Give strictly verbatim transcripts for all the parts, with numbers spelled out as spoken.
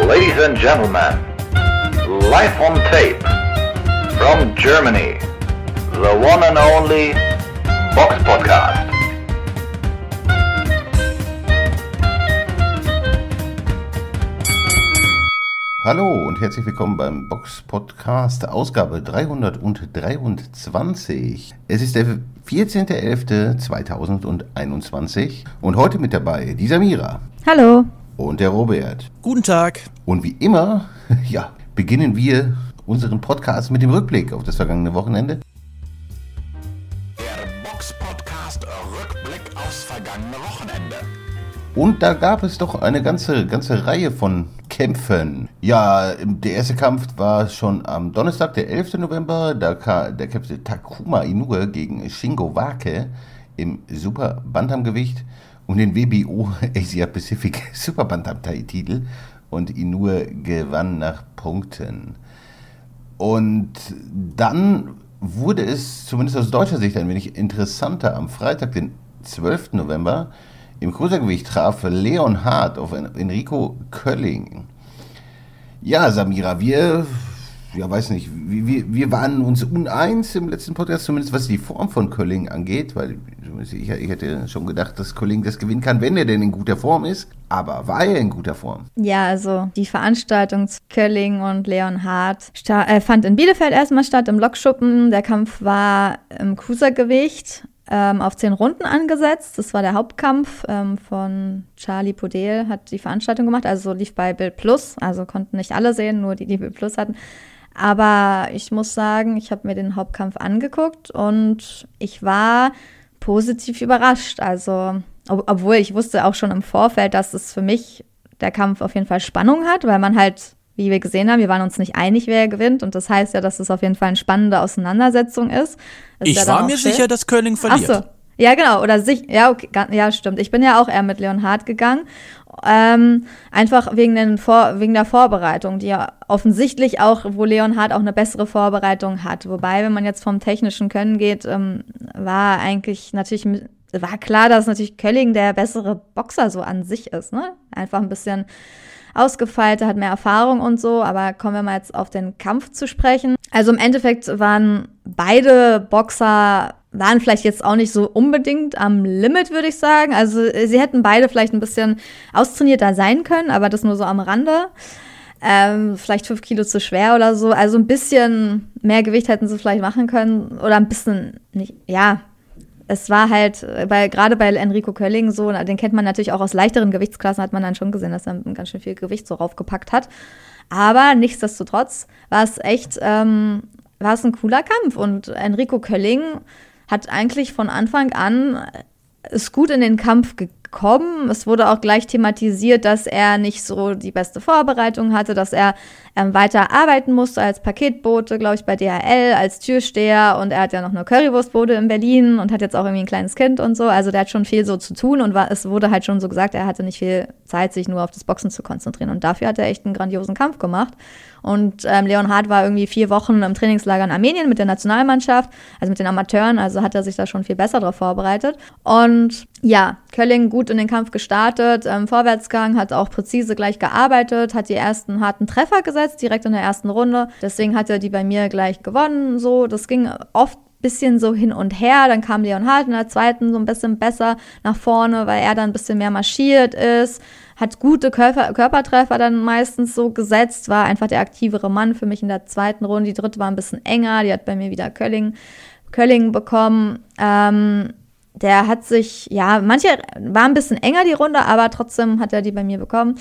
Ladies and gentlemen, live on tape from Germany, the one and only Box Podcast. Hallo und herzlich willkommen beim Box Podcast, Ausgabe dreihundertdreiundzwanzig. Es ist der vierzehnter elfter zweitausendeinundzwanzig und heute mit dabei die Samira. Hallo. Und der Robert. Guten Tag. Und wie immer, ja, beginnen wir unseren Podcast mit dem Rückblick auf das vergangene Wochenende. Der Box Podcast Rückblick aufs vergangene Wochenende. Und da gab es doch eine ganze, ganze Reihe von Kämpfen. Ja, der erste Kampf war schon am Donnerstag, der elfter November. Da, kam, da kämpfte Takuma Inoue gegen Shingo Wake im Super Bantamgewicht um den W B O Asia Pacific Super Bantam-Titel. Und Inoue gewann nach Punkten. Und dann wurde es, zumindest aus deutscher Sicht, ein wenig interessanter. Am Freitag, den zwölften November, im Cruisergewicht traf Leon Hart auf Enrico Kölling. Ja, Samira, wir, ja weiß nicht, wir, wir waren uns uneins im letzten Podcast, zumindest was die Form von Kölling angeht, weil ich, ich hätte schon gedacht, dass Kölling das gewinnen kann, wenn er denn in guter Form ist. Aber war er in guter Form? Ja, also die Veranstaltung zu Kölling und Leon Hart sta- äh, fand in Bielefeld erstmal statt, im Lokschuppen. Der Kampf war im Cruisergewicht. Ähm, auf zehn Runden angesetzt. Das war der Hauptkampf ähm, von Charlie Podel, hat die Veranstaltung gemacht, also lief bei Bild Plus, also konnten nicht alle sehen, nur die, die Bild Plus hatten. Aber ich muss sagen, ich habe mir den Hauptkampf angeguckt und ich war positiv überrascht. Also, ob, obwohl ich wusste auch schon im Vorfeld, dass es für mich der Kampf auf jeden Fall Spannung hat, weil man halt, wie wir gesehen haben, wir waren uns nicht einig, wer gewinnt. Und das heißt ja, dass es auf jeden Fall eine spannende Auseinandersetzung ist. Das ich ist ja war mir sicher, dass Kölling verliert. Ach so. Ja, genau. Oder sich, ja, okay, ja, stimmt. Ich bin ja auch eher mit Leon Hart gegangen. Ähm, einfach wegen, den Vor- wegen der Vorbereitung, die ja offensichtlich auch, wo Leon Hart auch eine bessere Vorbereitung hat. Wobei, wenn man jetzt vom technischen Können geht, ähm, war eigentlich natürlich, war klar, dass natürlich Kölling der bessere Boxer so an sich ist, ne? Einfach ein bisschen ausgefeilter, hat mehr Erfahrung und so, aber kommen wir mal jetzt auf den Kampf zu sprechen. Also im Endeffekt waren beide Boxer, waren vielleicht jetzt auch nicht so unbedingt am Limit, würde ich sagen. Also sie hätten beide vielleicht ein bisschen austrainierter sein können, aber das nur so am Rande. Ähm, vielleicht fünf Kilo zu schwer oder so. Also ein bisschen mehr Gewicht hätten sie vielleicht machen können oder ein bisschen, nicht, ja, es war halt, bei, gerade bei Enrico Kölling so, den kennt man natürlich auch aus leichteren Gewichtsklassen, hat man dann schon gesehen, dass er ganz schön viel Gewicht so raufgepackt hat. Aber nichtsdestotrotz war es echt, ähm, war es ein cooler Kampf. Und Enrico Kölling hat eigentlich von Anfang an, ist gut in den Kampf gekommen. Es wurde auch gleich thematisiert, dass er nicht so die beste Vorbereitung hatte, dass er ähm, weiter arbeiten musste als Paketbote, glaube ich, bei D H L, als Türsteher. Und er hat ja noch eine Currywurstbude in Berlin und hat jetzt auch irgendwie ein kleines Kind und so. Also der hat schon viel so zu tun und war, es wurde halt schon so gesagt, er hatte nicht viel Zeit, sich nur auf das Boxen zu konzentrieren. Und dafür hat er echt einen grandiosen Kampf gemacht. Und ähm, Leon Hart war irgendwie vier Wochen im Trainingslager in Armenien mit der Nationalmannschaft, also mit den Amateuren, also hat er sich da schon viel besser drauf vorbereitet. Und ja, Kölling gut in den Kampf gestartet, ähm, Vorwärtsgang, hat auch präzise gleich gearbeitet, hat die ersten harten Treffer gesetzt, direkt in der ersten Runde. Deswegen hat er die bei mir gleich gewonnen. So, das ging oft bisschen so hin und her, dann kam Leon Hart in der zweiten so ein bisschen besser nach vorne, weil er dann ein bisschen mehr marschiert ist, hat gute Körper, Körpertreffer dann meistens so gesetzt, war einfach der aktivere Mann für mich in der zweiten Runde. Die dritte war ein bisschen enger, die hat bei mir wieder Kölling, Kölling bekommen. Ähm, der hat sich, ja, manche war ein bisschen enger die Runde, aber trotzdem hat er die bei mir bekommen.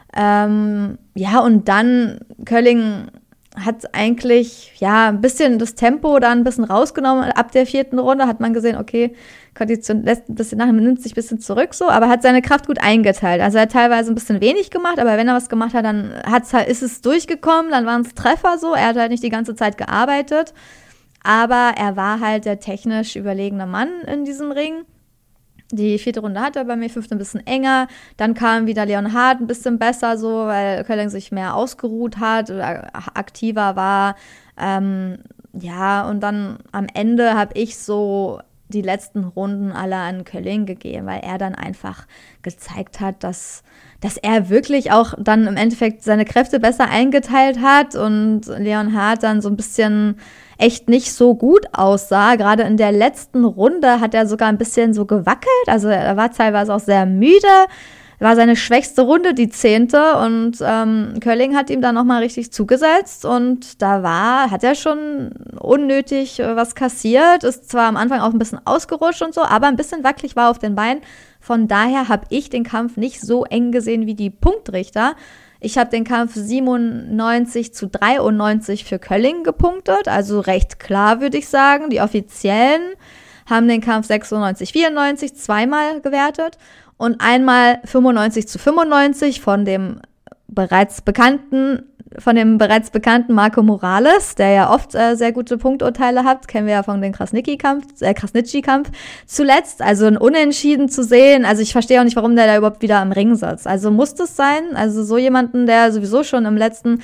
Ähm, ja, und dann Kölling hat eigentlich, ja, ein bisschen das Tempo dann ein bisschen rausgenommen. Ab der vierten Runde hat man gesehen, okay, Kondition lässt ein bisschen nach, nimmt sich ein bisschen zurück so, aber hat seine Kraft gut eingeteilt. Also er hat teilweise ein bisschen wenig gemacht, aber wenn er was gemacht hat, dann hat's halt, ist es durchgekommen, dann waren es Treffer so. Er hat halt nicht die ganze Zeit gearbeitet, aber er war halt der technisch überlegene Mann in diesem Ring. Die vierte Runde hat er bei mir, fünfte ein bisschen enger. Dann kam wieder Leon Hart ein bisschen besser so, weil Kölling sich mehr ausgeruht hat oder aktiver war. Ähm, ja, und dann am Ende habe ich so die letzten Runden alle an Körling gegeben, weil er dann einfach gezeigt hat, dass, dass er wirklich auch dann im Endeffekt seine Kräfte besser eingeteilt hat und Leonhard dann so ein bisschen echt nicht so gut aussah. Gerade in der letzten Runde hat er sogar ein bisschen so gewackelt, also er war teilweise auch sehr müde. War seine schwächste Runde, die zehnte, und ähm, Körling hat ihm dann nochmal richtig zugesetzt und da war, hat er schon unnötig äh, was kassiert, ist zwar am Anfang auch ein bisschen ausgerutscht und so, aber ein bisschen wackelig war auf den Beinen. Von daher habe ich den Kampf nicht so eng gesehen wie die Punktrichter. Ich habe den Kampf siebenundneunzig zu dreiundneunzig für Körling gepunktet, also recht klar, würde ich sagen. Die Offiziellen haben den Kampf sechsundneunzig vierundneunzig zweimal gewertet. Und einmal fünfundneunzig zu fünfundneunzig von dem bereits bekannten, von dem bereits bekannten Marco Morales, der ja oft äh, sehr gute Punkturteile hat, kennen wir ja von dem Krasniqi-Kampf, äh, Krasniqi-Kampf zuletzt. Also ein Unentschieden zu sehen. Also ich verstehe auch nicht, warum der da überhaupt wieder am Ring sitzt. Also muss das sein? Also so jemanden, der sowieso schon im letzten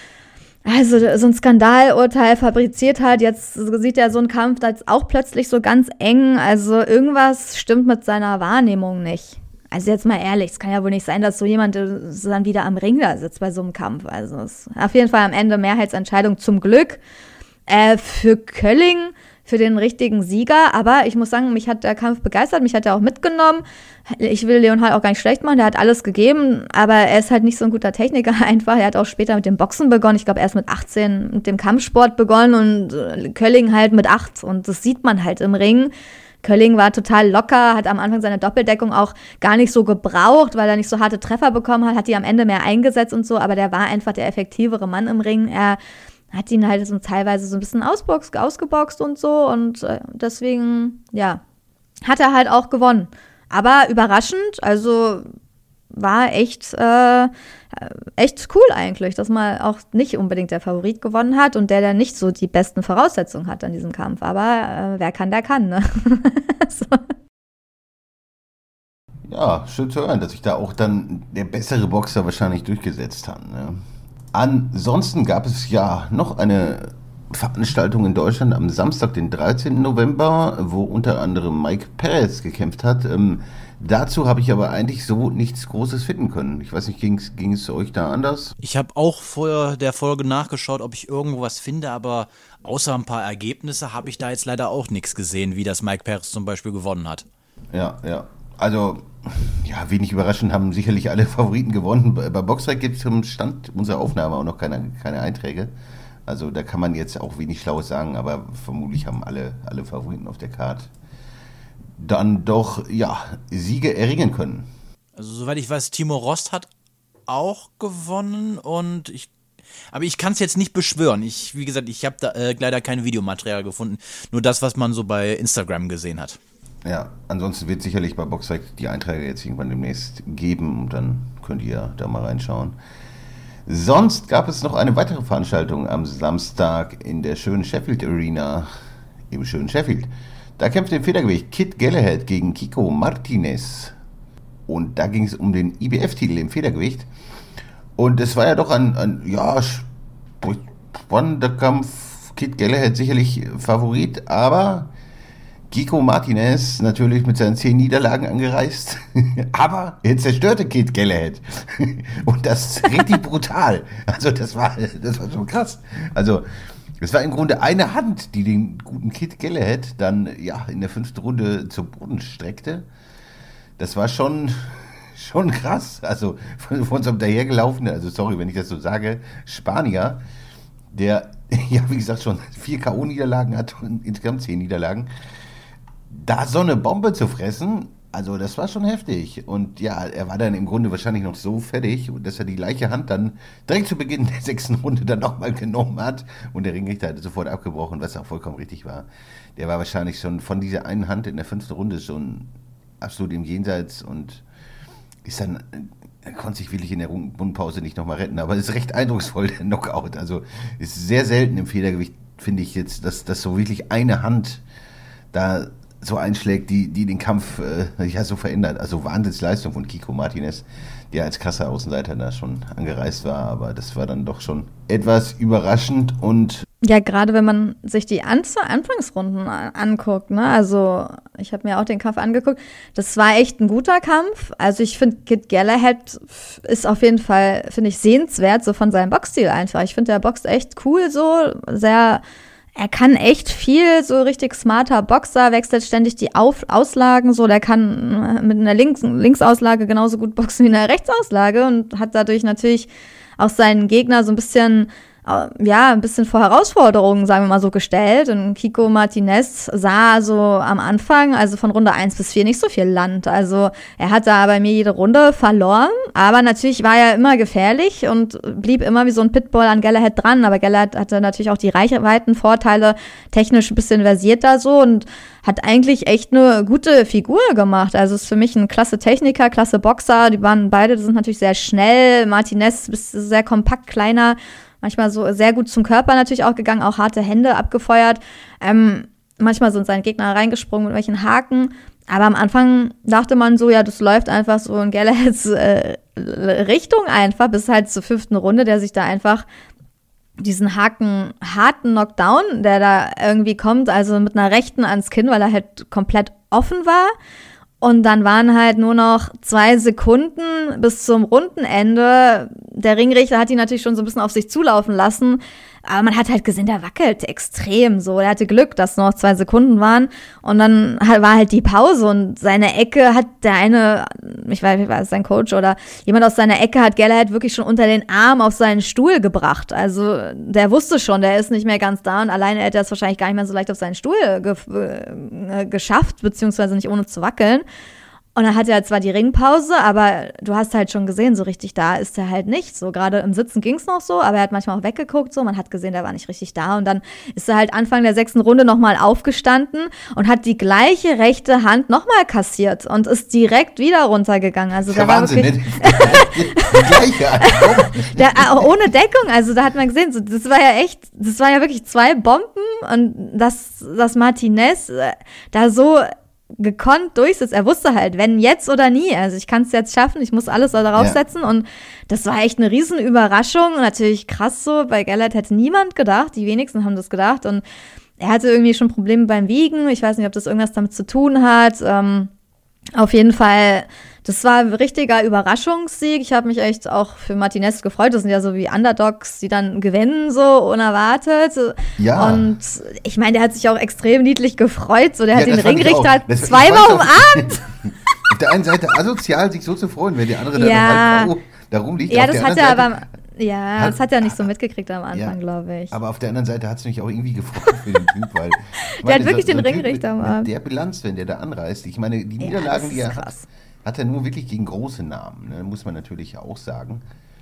Also so ein Skandalurteil fabriziert hat, jetzt sieht er so einen Kampf als auch plötzlich so ganz eng, also irgendwas stimmt mit seiner Wahrnehmung nicht. Also jetzt mal ehrlich, es kann ja wohl nicht sein, dass so jemand dann wieder am Ring da sitzt bei so einem Kampf. Also es ist auf jeden Fall am Ende Mehrheitsentscheidung zum Glück äh, für Körling, für den richtigen Sieger. Aber ich muss sagen, mich hat der Kampf begeistert, mich hat er auch mitgenommen. Ich will Leonhard auch gar nicht schlecht machen, der hat alles gegeben, aber er ist halt nicht so ein guter Techniker einfach. Er hat auch später mit dem Boxen begonnen. Ich glaube, erst mit achtzehn mit dem Kampfsport begonnen und Körling halt mit acht. Und das sieht man halt im Ring. Körling war total locker, hat am Anfang seine Doppeldeckung auch gar nicht so gebraucht, weil er nicht so harte Treffer bekommen hat, hat die am Ende mehr eingesetzt und so, aber der war einfach der effektivere Mann im Ring. Er hat ihn halt so teilweise so ein bisschen ausbox, ausgeboxt und so und äh, deswegen, ja, hat er halt auch gewonnen. Aber überraschend, also war echt, äh, echt cool eigentlich, dass mal auch nicht unbedingt der Favorit gewonnen hat und der, der nicht so die besten Voraussetzungen hat an diesem Kampf. Aber äh, wer kann, der kann, ne? So. Ja, schön zu hören, dass sich da auch dann der bessere Boxer wahrscheinlich durchgesetzt hat. Ne? Ansonsten gab es ja noch eine Veranstaltung in Deutschland am Samstag, den dreizehnten November, wo unter anderem Mike Perez gekämpft hat. Ähm, dazu habe ich aber eigentlich so nichts Großes finden können. Ich weiß nicht, ging es euch da anders? Ich habe auch vor der Folge nachgeschaut, ob ich irgendwo was finde, aber außer ein paar Ergebnisse habe ich da jetzt leider auch nichts gesehen, wie das Mike Perez zum Beispiel gewonnen hat. Ja, ja. Also, ja, wenig überraschend haben sicherlich alle Favoriten gewonnen. Bei Boxrec gibt es zum Stand unserer Aufnahme auch noch keine, keine Einträge. Also da kann man jetzt auch wenig Schlaues sagen, aber vermutlich haben alle, alle Favoriten auf der Karte dann doch, ja, Siege erringen können. Also soweit ich weiß, Timo Rost hat auch gewonnen und ich, aber ich kann es jetzt nicht beschwören. Ich, wie gesagt, ich habe da äh, leider kein Videomaterial gefunden, nur das, was man so bei Instagram gesehen hat. Ja, ansonsten wird sicherlich bei Boxrec die Einträge jetzt irgendwann demnächst geben und dann könnt ihr da mal reinschauen. Sonst gab es noch eine weitere Veranstaltung am Samstag in der schönen Sheffield Arena im schönen Sheffield. Da kämpfte im Federgewicht Kid Galahad gegen Kiko Martinez. Und da ging es um den I B F-Titel im Federgewicht. Und es war ja doch ein, ein ja, spannender Kampf. Kid Galahad sicherlich Favorit, aber Kiko Martinez natürlich mit seinen zehn Niederlagen angereist, aber er zerstörte Kid Galahad. Und das richtig brutal. Also das war, das war schon krass. Also es war im Grunde eine Hand, die den guten Kid Galahad dann ja in der fünften Runde zu Boden streckte. Das war schon, schon krass. Also von, von so einem dahergelaufenen, also sorry, wenn ich das so sage, Spanier, der ja wie gesagt schon vier K O-Niederlagen hat und insgesamt zehn Niederlagen. Da so eine Bombe zu fressen, also das war schon heftig. Und ja, er war dann im Grunde wahrscheinlich noch so fertig, dass er die gleiche Hand dann direkt zu Beginn der sechsten Runde dann nochmal genommen hat. Und der Ringrichter hat sofort abgebrochen, was auch vollkommen richtig war. Der war wahrscheinlich schon von dieser einen Hand in der fünften Runde schon absolut im Jenseits und ist dann, er konnte sich wirklich in der Mundpause nicht nochmal retten. Aber es ist recht eindrucksvoll, der Knockout. Also ist sehr selten im Federgewicht, finde ich jetzt, dass, dass so wirklich eine Hand da so einschlägt, die, die den Kampf äh, ja so verändert. Also Wahnsinnsleistung von Kiko Martinez, der als krasser Außenseiter da schon angereist war, aber das war dann doch schon etwas überraschend und Ja, gerade wenn man sich die An- Anfangsrunden anguckt, ne, also ich habe mir auch den Kampf angeguckt, das war echt ein guter Kampf, also ich finde, Kid Galahad ist auf jeden Fall, finde ich, sehenswert, so von seinem Boxstil einfach, ich finde, der boxt echt cool so, sehr, er kann echt viel, so richtig smarter Boxer, wechselt ständig die Auf- Auslagen, so, der kann mit einer Links- Linksauslage genauso gut boxen wie einer Rechtsauslage und hat dadurch natürlich auch seinen Gegner so ein bisschen ja, ein bisschen vor Herausforderungen, sagen wir mal so, gestellt. Und Kiko Martinez sah so am Anfang, also von Runde eins bis vier, nicht so viel Land. Also er hat da bei mir jede Runde verloren, aber natürlich war er immer gefährlich und blieb immer wie so ein Pitbull an Galahad dran. Aber Galahad hatte natürlich auch die Reichweitenvorteile, technisch ein bisschen versierter so und hat eigentlich echt eine gute Figur gemacht. Also ist für mich ein klasse Techniker, klasse Boxer. Die waren beide, die sind natürlich sehr schnell. Martinez ist sehr kompakt, kleiner, manchmal so sehr gut zum Körper natürlich auch gegangen, auch harte Hände abgefeuert. Ähm, manchmal sind seine Gegner reingesprungen mit welchen Haken. Aber am Anfang dachte man so, ja, das läuft einfach so in Galahads äh, Richtung einfach, bis halt zur fünften Runde, der sich da einfach diesen Haken, harten Knockdown, der da irgendwie kommt, also mit einer rechten ans Kinn, weil er halt komplett offen war. Und dann waren halt nur noch zwei Sekunden bis zum Rundenende. Der Ringrichter hat ihn natürlich schon so ein bisschen auf sich zulaufen lassen. Aber man hat halt gesehen, der wackelt extrem so. Er hatte Glück, dass nur noch zwei Sekunden waren. Und dann war halt die Pause und seine Ecke hat der eine, ich weiß nicht, war es sein Coach oder jemand aus seiner Ecke hat Galahad wirklich schon unter den Arm auf seinen Stuhl gebracht. Also der wusste schon, der ist nicht mehr ganz da und alleine hätte er es wahrscheinlich gar nicht mehr so leicht auf seinen Stuhl ge- äh, geschafft, beziehungsweise nicht ohne zu wackeln. Und dann hat er zwar die Ringpause, aber du hast halt schon gesehen, so richtig da ist er halt nicht. So gerade im Sitzen ging's noch so, aber er hat manchmal auch weggeguckt, so man hat gesehen, der war nicht richtig da. Und dann ist er halt Anfang der sechsten Runde nochmal aufgestanden und hat die gleiche rechte Hand nochmal kassiert und ist direkt wieder runtergegangen. Also da war Wahnsinn, wirklich ne? Die gleiche Hand. der, ohne Deckung, also da hat man gesehen, so, das war ja echt, das waren ja wirklich zwei Bomben und dass das Martinez äh, da so gekonnt durchsetzt. Er wusste halt, wenn jetzt oder nie. Also ich kann es jetzt schaffen, ich muss alles darauf ja. setzen und das war echt eine riesen Überraschung und natürlich krass so. Bei Galahad hätte niemand gedacht, die wenigsten haben das gedacht und er hatte irgendwie schon Probleme beim Wiegen. Ich weiß nicht, ob das irgendwas damit zu tun hat. Ähm, auf jeden Fall, das war ein richtiger Überraschungssieg. Ich habe mich echt auch für Martinez gefreut. Das sind ja so wie Underdogs, die dann gewinnen, so unerwartet. Ja. Und ich meine, der hat sich auch extrem niedlich gefreut. So, der Ja, hat den das fand ich Ringrichter auch. Das- zweimal ich weiß umarmt. Auf der einen Seite asozial, sich so zu freuen, wenn die andere dann Ja. noch halt da rumliegt. Ja, Auf das der hat anderen er Seite- aber, ja, Hat- das hat er nicht so mitgekriegt am Anfang, Ja, glaube ich. Aber auf der anderen Seite hat es mich auch irgendwie gefreut für den Typ, weil ich Der hat wirklich den ein Typ Ringrichter mit, gemacht. mit der Bilanz, wenn der da anreißt. Ich meine, die Ja, Niederlagen, das die er ist hat, krass. hat er nur wirklich gegen große Namen, ne? Muss man natürlich auch sagen.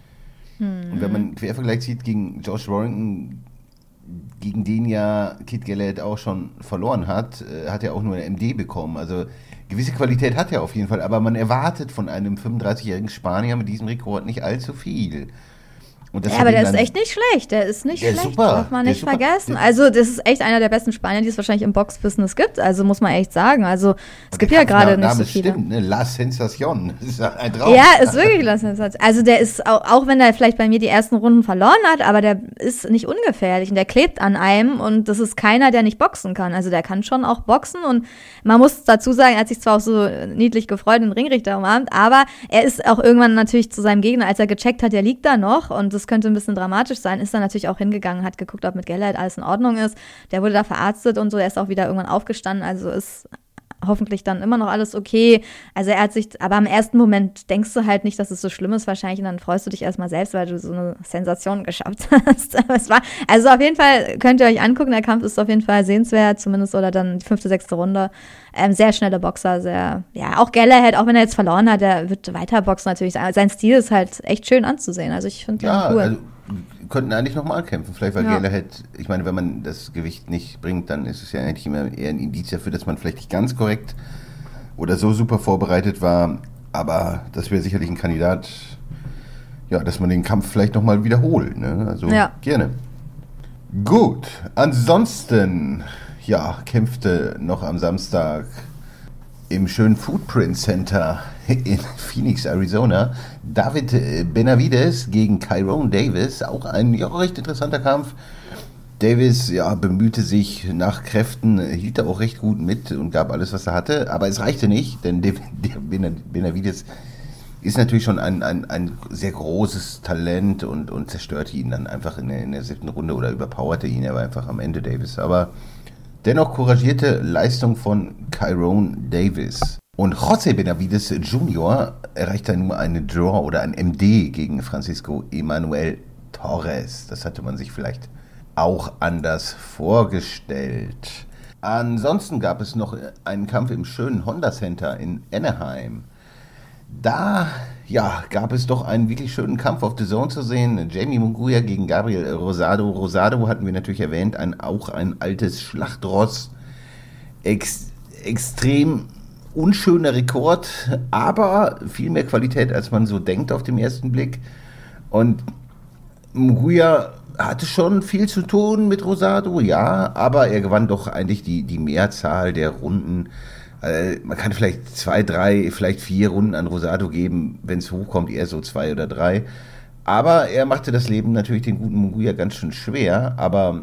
Hm. Und wenn man einen Quervergleich sieht gegen Josh Warrington, gegen den ja Kid Galahad auch schon verloren hat, äh, hat er auch nur eine M D bekommen. Also gewisse Qualität hat er auf jeden Fall, aber man erwartet von einem fünfunddreißigjährigen Spanier mit diesem Rekord nicht allzu viel. Und das Ja, hat aber ihn der ist dann- echt nicht schlecht. Der ist nicht Der ist schlecht, super. darf man Der nicht ist super. vergessen. Der- Also das ist echt einer der besten Spanier, die es wahrscheinlich im Boxbusiness gibt. Also muss man echt sagen. Also es Und gibt der ja gerade nicht Kampfname so viele. stimmt, ne? La Sensación. Das ist ein Traum. Ja, ist wirklich Las Sensaciones. Also der ist, auch, auch wenn er vielleicht bei mir die ersten Runden verloren hat, aber der ist nicht ungefährlich und der klebt an einem und das ist keiner, der nicht boxen kann. Also der kann schon auch boxen und man muss dazu sagen, er hat sich zwar auch so niedlich gefreut, den Ringrichter umarmt, aber er ist auch irgendwann natürlich zu seinem Gegner, als er gecheckt hat, der liegt da noch und das könnte ein bisschen dramatisch sein, ist dann natürlich auch hingegangen, hat geguckt, ob mit Galahad alles in Ordnung ist. Der wurde da verarztet und so, er ist auch wieder irgendwann aufgestanden, also ist hoffentlich dann immer noch alles okay. Also er hat sich, aber im ersten Moment denkst du halt nicht, dass es so schlimm ist wahrscheinlich und dann freust du dich erstmal selbst, weil du so eine Sensation geschafft hast. Aber es war, also auf jeden Fall könnt ihr euch angucken, der Kampf ist auf jeden Fall sehenswert, zumindest oder dann die fünfte, sechste Runde. Ähm, sehr schnelle Boxer, sehr, ja, auch Galahad, auch wenn er jetzt verloren hat, der wird weiter boxen natürlich. Sein Stil ist halt echt schön anzusehen. Also ich finde Ja, den cool. also könnten eigentlich nochmal kämpfen. Vielleicht, weil Ja. Galahad, ich meine, wenn man das Gewicht nicht bringt, dann ist es ja eigentlich immer eher ein Indiz dafür, dass man vielleicht nicht ganz korrekt oder so super vorbereitet war. Aber das wäre sicherlich ein Kandidat, ja, dass man den Kampf vielleicht nochmal wiederholt. Ne? Also Ja. gerne. Gut, ansonsten, ja, kämpfte noch am Samstag im schönen Footprint Center in Phoenix, Arizona, David Benavides gegen Tyrone Davis. Auch ein ja, recht interessanter Kampf. Davis, ja, bemühte sich nach Kräften, hielt er auch recht gut mit und gab alles, was er hatte. Aber es reichte nicht, denn der Benavidez ist natürlich schon ein, ein, ein sehr großes Talent und, und zerstörte ihn dann einfach in der, in der siebten Runde oder überpowerte ihn. Er war einfach am Ende Davis. Aber dennoch couragierte Leistung von Kyrone Davis. Und José Benavidez Junior erreichte nur eine Draw oder ein M D gegen Francisco Emanuel Torres. Das hatte man sich vielleicht auch anders vorgestellt. Ansonsten gab es noch einen Kampf im schönen Honda Center in Anaheim. Da ja, gab es doch einen wirklich schönen Kampf auf The Zone zu sehen. Jamie Munguia gegen Gabriel Rosado. Rosado hatten wir natürlich erwähnt, ein, auch ein altes Schlachtross. Ex, extrem unschöner Rekord, aber viel mehr Qualität, als man so denkt auf den ersten Blick. Und Munguia hatte schon viel zu tun mit Rosado, ja, aber er gewann doch eigentlich die, die Mehrzahl der Runden. Äh, man kann vielleicht zwei, drei, vielleicht vier Runden an Rosado geben, wenn es hochkommt, eher so zwei oder drei. Aber er machte das Leben natürlich den guten Munguia ganz schön schwer, aber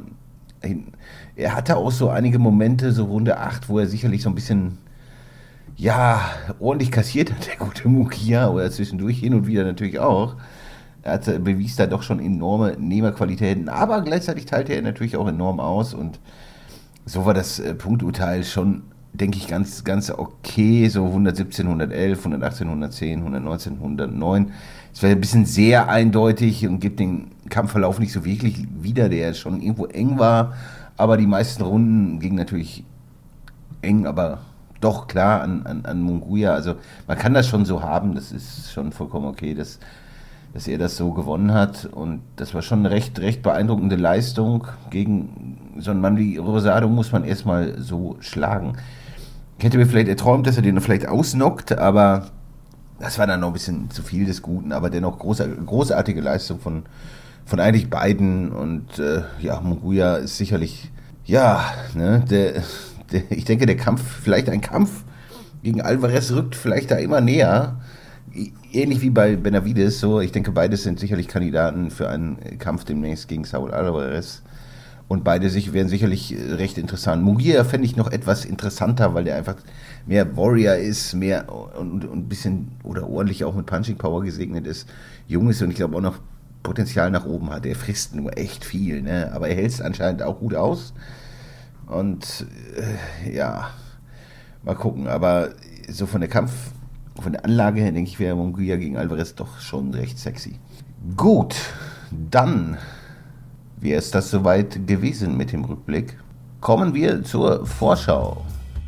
er hatte auch so einige Momente, so Runde acht, wo er sicherlich so ein bisschen, ja, ordentlich kassiert hat, der gute Munguia, oder zwischendurch hin und wieder natürlich auch. Er hatte, bewies da doch schon enorme Nehmerqualitäten, aber gleichzeitig teilte er natürlich auch enorm aus und so war das äh, Punkturteil schon, denke ich, ganz, ganz okay, so hundertsiebzehn, hundertelf, hundertachtzehn, hundertzehn, hundertneunzehn, hundertneun. Es war ein bisschen sehr eindeutig und gibt den Kampfverlauf nicht so wirklich wieder, der schon irgendwo eng war, aber die meisten Runden gingen natürlich eng, aber doch klar an, an, an Munguia. Also man kann das schon so haben, das ist schon vollkommen okay, dass dass er das so gewonnen hat und das war schon eine recht, recht beeindruckende Leistung. Gegen so einen Mann wie Rosado muss man erstmal so schlagen. Ich hätte mir vielleicht erträumt, dass er den vielleicht ausnockt, aber das war dann noch ein bisschen zu viel des Guten, aber dennoch große, großartige Leistung von, von eigentlich beiden und äh, ja, Munguia ist sicherlich, ja, ne, der, der, ich denke, der Kampf, vielleicht ein Kampf gegen Alvarez rückt vielleicht da immer näher. Ähnlich wie bei Benavidez, so, ich denke, beides sind sicherlich Kandidaten für einen Kampf demnächst gegen Saul Alvarez. Und beide sich, wären sicherlich recht interessant. Munguia fände ich noch etwas interessanter, weil der einfach mehr Warrior ist, mehr und, und ein bisschen oder ordentlich auch mit Punching Power gesegnet ist. Jung ist und ich glaube auch noch Potenzial nach oben hat. Er frisst nur echt viel, ne? Aber er hält es anscheinend auch gut aus. Und äh, ja, mal gucken. Aber so von der Kampf. Von der Anlage her, denke ich, wäre Munguia gegen Alvarez doch schon recht sexy. Gut, dann wäre es das soweit gewesen mit dem Rückblick. Kommen wir zur Vorschau.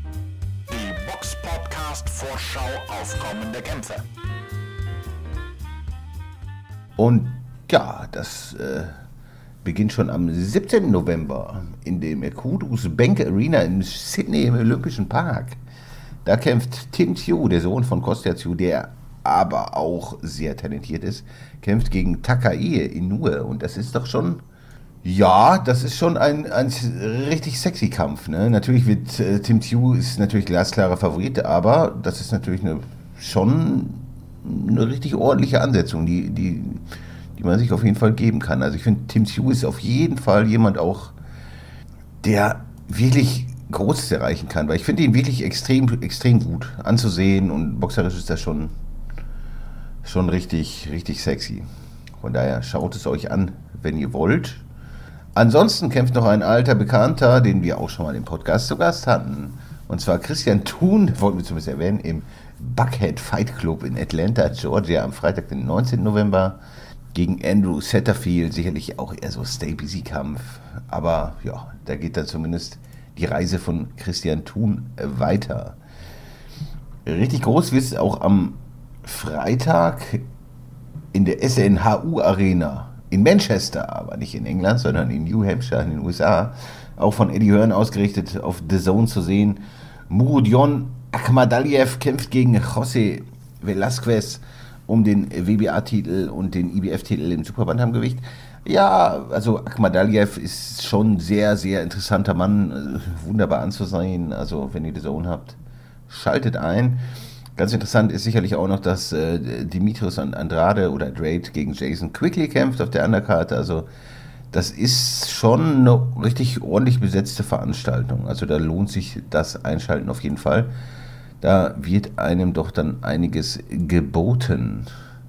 Die Box-Podcast-Vorschau auf kommende Kämpfe. Und ja, das äh, beginnt schon am siebzehnten November in dem Kudus Bank Arena in Sydney im Olympischen Park. Da kämpft Tim Tszyu, der Sohn von Kostya Tszyu, der aber auch sehr talentiert ist, kämpft gegen Takai Inoue. Und das ist doch schon, ja, das ist schon ein, ein richtig sexy Kampf. Ne? Natürlich wird äh, Tim Tszyu ist natürlich glasklarer Favorit, aber das ist natürlich eine, schon eine richtig ordentliche Ansetzung, die, die, die man sich auf jeden Fall geben kann. Also ich finde, Tim Tszyu ist auf jeden Fall jemand auch, der wirklich Großes erreichen kann, weil ich finde ihn wirklich extrem, extrem gut anzusehen und boxerisch ist das schon, schon richtig, richtig sexy. Von daher schaut es euch an, wenn ihr wollt. Ansonsten kämpft noch ein alter Bekannter, den wir auch schon mal im Podcast zu Gast hatten. Und zwar Christian Thun, wollten wir zumindest erwähnen, im Buckhead Fight Club in Atlanta, Georgia, am Freitag, den neunzehnten November, gegen Andrew Satterfield. Sicherlich auch eher so Stay-Busy-Kampf, aber ja, da geht dann zumindest die Reise von Christian Thun weiter. Richtig groß wird es auch am Freitag in der S N H U Arena in Manchester, aber nicht in England, sondern in New Hampshire in den U S A. Auch von Eddie Hearn ausgerichtet, auf The Zone zu sehen. Murodjon Akhmadaliev kämpft gegen José Velázquez um den W B A-Titel und den I B F-Titel im Superbantamgewicht. Ja, also Akhmadaliev ist schon ein sehr, sehr interessanter Mann, wunderbar anzusehen. Also wenn ihr The Zone habt, schaltet ein. Ganz interessant ist sicherlich auch noch, dass äh, Dimitrios Andrade oder Andrade gegen Jason Quigley kämpft auf der Undercard. Also Das ist schon eine richtig ordentlich besetzte Veranstaltung. Also da lohnt sich das Einschalten auf jeden Fall. Da wird einem doch dann einiges geboten.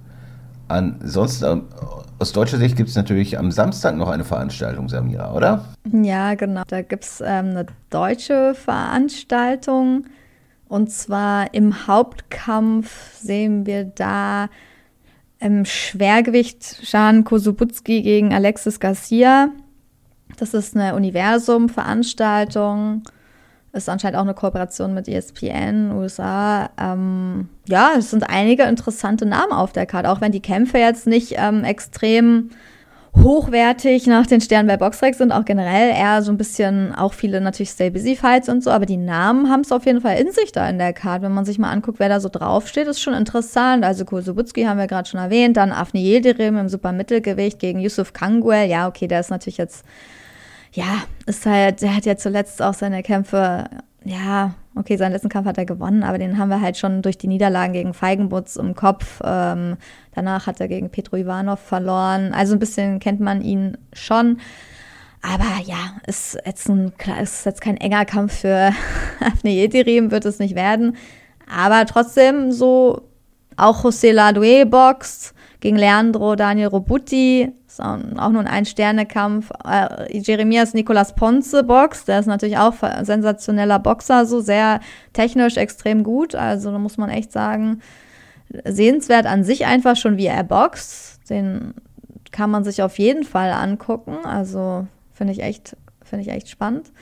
Ansonsten, aus deutscher Sicht gibt es natürlich am Samstag noch eine Veranstaltung, Samira, oder? Ja, genau. Da gibt es ähm, eine deutsche Veranstaltung. Und zwar im Hauptkampf sehen wir da im Schwergewicht Jan Kosubutski gegen Alexis Garcia. Das ist eine Universum-Veranstaltung. Ist anscheinend auch eine Kooperation mit E S P N, U S A. Ähm, ja, es sind einige interessante Namen auf der Karte, auch wenn die Kämpfe jetzt nicht ähm, extrem hochwertig nach den Sternen bei Boxrec sind, auch generell eher so ein bisschen, auch viele natürlich Stay-Busy-Fights und so, aber die Namen haben es auf jeden Fall in sich da in der Karte. Wenn man sich mal anguckt, wer da so draufsteht, ist schon interessant. Also Kosubutski haben wir gerade schon erwähnt, dann Avni Yildirim im Supermittelgewicht gegen Yusuf Kanguel. Ja, okay, der ist natürlich jetzt Ja, ist halt, der hat ja zuletzt auch seine Kämpfe, ja, okay, seinen letzten Kampf hat er gewonnen, aber den haben wir halt schon durch die Niederlagen gegen Feigenbutz im Kopf. Ähm, danach hat er gegen Petro Ivanov verloren. Also ein bisschen kennt man ihn schon. Aber ja, ist jetzt, ein, ist jetzt kein enger Kampf für Avni Yildirim, wird es nicht werden. Aber trotzdem so, auch José Ladue boxt gegen Leandro Daniel Robuti. Ist auch, auch nur ein Ein-Sterne-Kampf. Äh, Jeremias Nicolas Ponce boxt. Der ist natürlich auch ein sensationeller Boxer, so sehr technisch extrem gut. Also da muss man echt sagen, sehenswert an sich einfach schon, wie er boxt. Den kann man sich auf jeden Fall angucken. Also finde ich echt, finde ich echt spannend.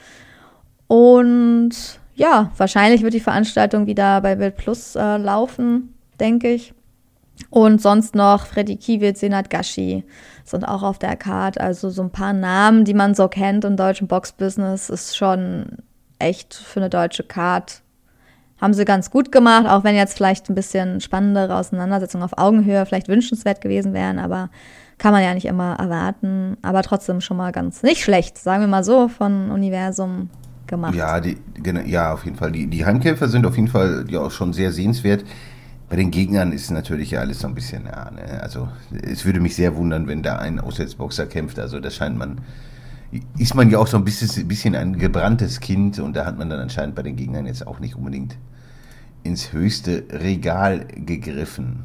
Und ja, wahrscheinlich wird die Veranstaltung wieder bei Bild Plus äh, laufen, denke ich. Und sonst noch Freddy Kiewitz, Senat Gashi sind auch auf der Card. Also so ein paar Namen, die man so kennt im deutschen Boxbusiness, ist schon echt für eine deutsche Card. Haben sie ganz gut gemacht, auch wenn jetzt vielleicht ein bisschen spannendere Auseinandersetzungen auf Augenhöhe vielleicht wünschenswert gewesen wären, aber kann man ja nicht immer erwarten. Aber trotzdem schon mal ganz nicht schlecht, sagen wir mal so, von Universum gemacht. Ja, die, ja auf jeden Fall. Die, die Heimkämpfer sind auf jeden Fall ja auch schon sehr sehenswert. Bei den Gegnern ist natürlich ja alles so ein bisschen, ja, ne? Also es würde mich sehr wundern, wenn da ein Auswärtsboxer kämpft. Also da scheint man, ist man ja auch so ein bisschen, bisschen ein gebranntes Kind und da hat man dann anscheinend bei den Gegnern jetzt auch nicht unbedingt ins höchste Regal gegriffen.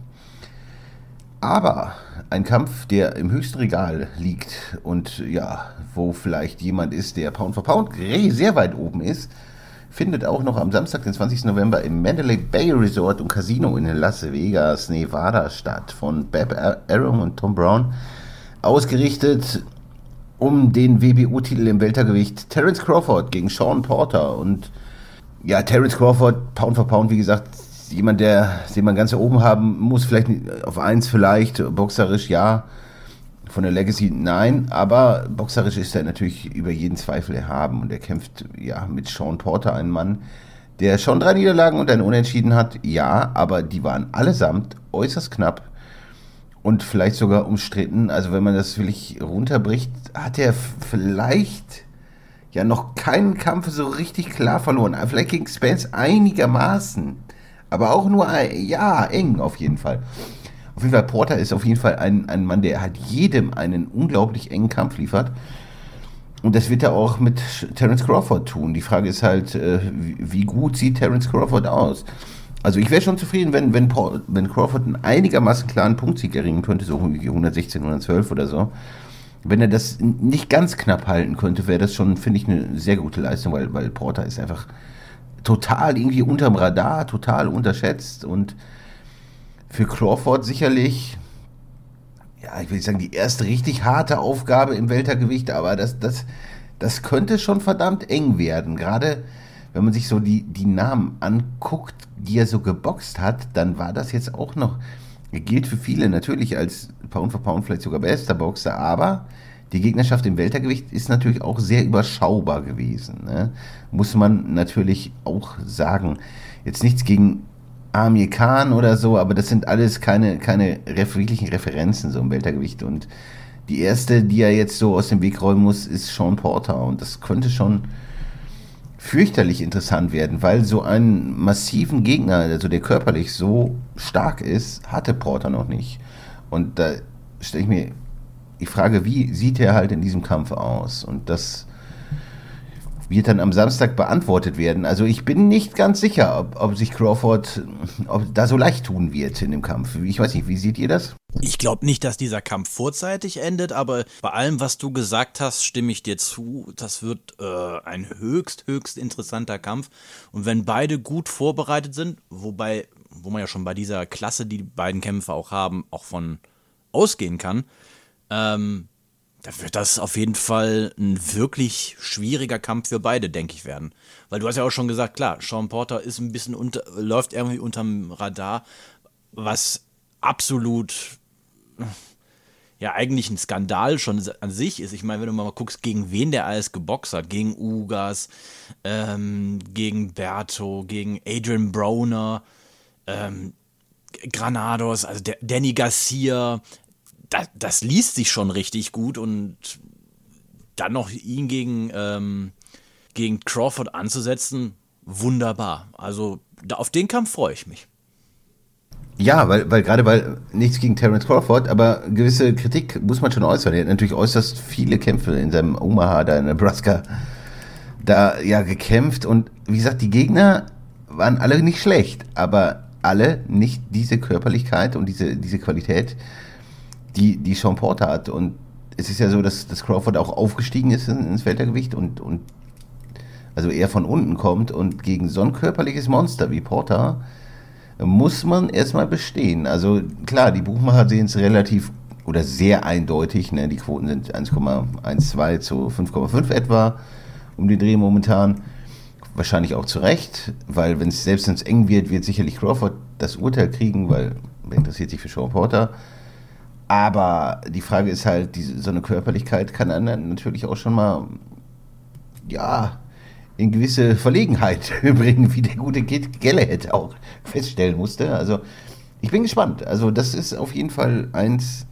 Aber ein Kampf, der im höchsten Regal liegt und ja, wo vielleicht jemand ist, der Pound for Pound sehr weit oben ist, findet auch noch am Samstag, den zwanzigsten November im Mandalay Bay Resort und Casino in Las Vegas, Nevada statt, von Bab Arum und Tom Brown, ausgerichtet um den W B O-Titel im Weltergewicht. Terence Crawford gegen Sean Porter. Und ja, Terence Crawford, Pound for Pound, wie gesagt, jemand, der, den man ganz oben haben muss, vielleicht auf eins vielleicht, boxerisch ja, von der Legacy nein, aber boxerisch ist er natürlich über jeden Zweifel erhaben und er kämpft ja mit Sean Porter, einem Mann, der schon drei Niederlagen und ein Unentschieden hat, ja, aber die waren allesamt äußerst knapp und vielleicht sogar umstritten. Also wenn man das wirklich runterbricht, hat er vielleicht ja noch keinen Kampf so richtig klar verloren. Vielleicht gegen Spence einigermaßen, aber auch nur, ja, eng auf jeden Fall. Auf jeden Fall, Porter ist auf jeden Fall ein, ein Mann, der halt jedem einen unglaublich engen Kampf liefert. Und das wird er auch mit Terence Crawford tun. Die Frage ist halt, äh, wie, wie gut sieht Terence Crawford aus? Also ich wäre schon zufrieden, wenn, wenn, Paul, wenn Crawford einen einigermaßen klaren Punktsieg erringen könnte, so hundertsechzehn, hundertzwölf oder so. Wenn er das nicht ganz knapp halten könnte, wäre das schon, finde ich, eine sehr gute Leistung, weil, weil Porter ist einfach total irgendwie unterm Radar, total unterschätzt und für Crawford sicherlich, ja, ich will nicht sagen, die erste richtig harte Aufgabe im Weltergewicht, aber das, das, das könnte schon verdammt eng werden. Gerade wenn man sich so die, die Namen anguckt, die er so geboxt hat, dann war das jetzt auch noch, er gilt für viele natürlich als Pound for Pound vielleicht sogar bester Boxer, aber die Gegnerschaft im Weltergewicht ist natürlich auch sehr überschaubar gewesen, ne? Muss man natürlich auch sagen. Jetzt nichts gegen Amir Khan oder so, aber das sind alles keine, keine ref- wirklichen Referenzen so im Weltergewicht. Und die erste, die er jetzt so aus dem Weg räumen muss, ist Sean Porter. Und das könnte schon fürchterlich interessant werden, weil so einen massiven Gegner, also der körperlich so stark ist, hatte Porter noch nicht. Und da stelle ich mir die Frage, wie sieht er halt in diesem Kampf aus? Und das wird dann am Samstag beantwortet werden. Also ich bin nicht ganz sicher, ob, ob sich Crawford ob da so leicht tun wird in dem Kampf. Ich weiß nicht, wie seht ihr das? Ich glaube nicht, dass dieser Kampf vorzeitig endet, aber bei allem, was du gesagt hast, stimme ich dir zu. Das wird äh, ein höchst, höchst interessanter Kampf. Und wenn beide gut vorbereitet sind, wobei, wo man ja schon bei dieser Klasse, die die beiden Kämpfer auch haben, auch von ausgehen kann, ähm, da wird das auf jeden Fall ein wirklich schwieriger Kampf für beide, denke ich, werden. Weil du hast ja auch schon gesagt, klar, Sean Porter ist ein bisschen unter, läuft irgendwie unterm Radar, was absolut, ja, eigentlich ein Skandal schon an sich ist. Ich meine, wenn du mal guckst, gegen wen der alles geboxt hat, gegen Ugas, ähm, gegen Berto, gegen Adrian Broner, ähm, Granados, also der, Danny Garcia, Das, das liest sich schon richtig gut und dann noch ihn gegen, ähm, gegen Crawford anzusetzen, wunderbar. Also da, auf den Kampf freue ich mich. Ja, weil, weil gerade weil nichts gegen Terence Crawford, aber gewisse Kritik muss man schon äußern. Er hat natürlich äußerst viele Kämpfe in seinem Omaha, da in Nebraska, da ja gekämpft und wie gesagt, die Gegner waren alle nicht schlecht, aber alle nicht diese Körperlichkeit und diese, diese Qualität, die, die Sean Porter hat. Und es ist ja so, dass, dass Crawford auch aufgestiegen ist ins Weltergewicht und, und also eher von unten kommt und gegen so ein körperliches Monster wie Porter muss man erstmal bestehen. Also klar, die Buchmacher sehen es relativ oder sehr eindeutig, ne? Die Quoten sind eins Komma zwölf zu fünf Komma fünf etwa um den Dreh momentan. Wahrscheinlich auch zu Recht, weil wenn es selbst wenn es eng wird, wird sicherlich Crawford das Urteil kriegen, weil wer interessiert sich für Sean Porter. Aber die Frage ist halt, diese, so eine Körperlichkeit kann einen natürlich auch schon mal, ja, in gewisse Verlegenheit bringen, wie der gute Kid Galahad auch feststellen musste. Also, ich bin gespannt. Also, das ist auf jeden Fall eins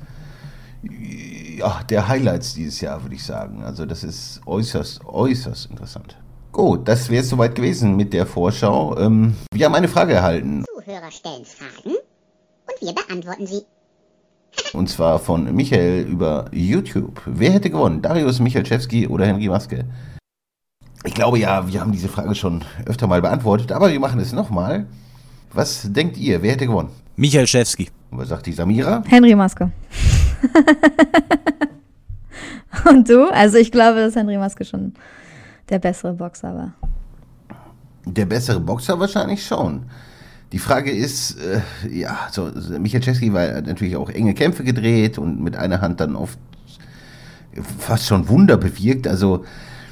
ja, der Highlights dieses Jahr, würde ich sagen. Also, das ist äußerst, äußerst interessant. Gut, das wäre es soweit gewesen mit der Vorschau. Ähm, wir haben eine Frage erhalten. Zuhörer stellen Fragen und wir beantworten sie. Und zwar von Michael über YouTube. Wer hätte gewonnen? Dariusz Michalczewski oder Henry Maske? Ich glaube ja, wir haben diese Frage schon öfter mal beantwortet, aber wir machen es nochmal. Was denkt ihr? Wer hätte gewonnen? Michalczewski. Und was sagt die Samira? Henry Maske. Und du? Also ich glaube, dass Henry Maske schon der bessere Boxer war. Der bessere Boxer wahrscheinlich schon. Die Frage ist, äh, ja, so, Michalczewski war natürlich auch enge Kämpfe gedreht und mit einer Hand dann oft fast schon Wunder bewirkt. Also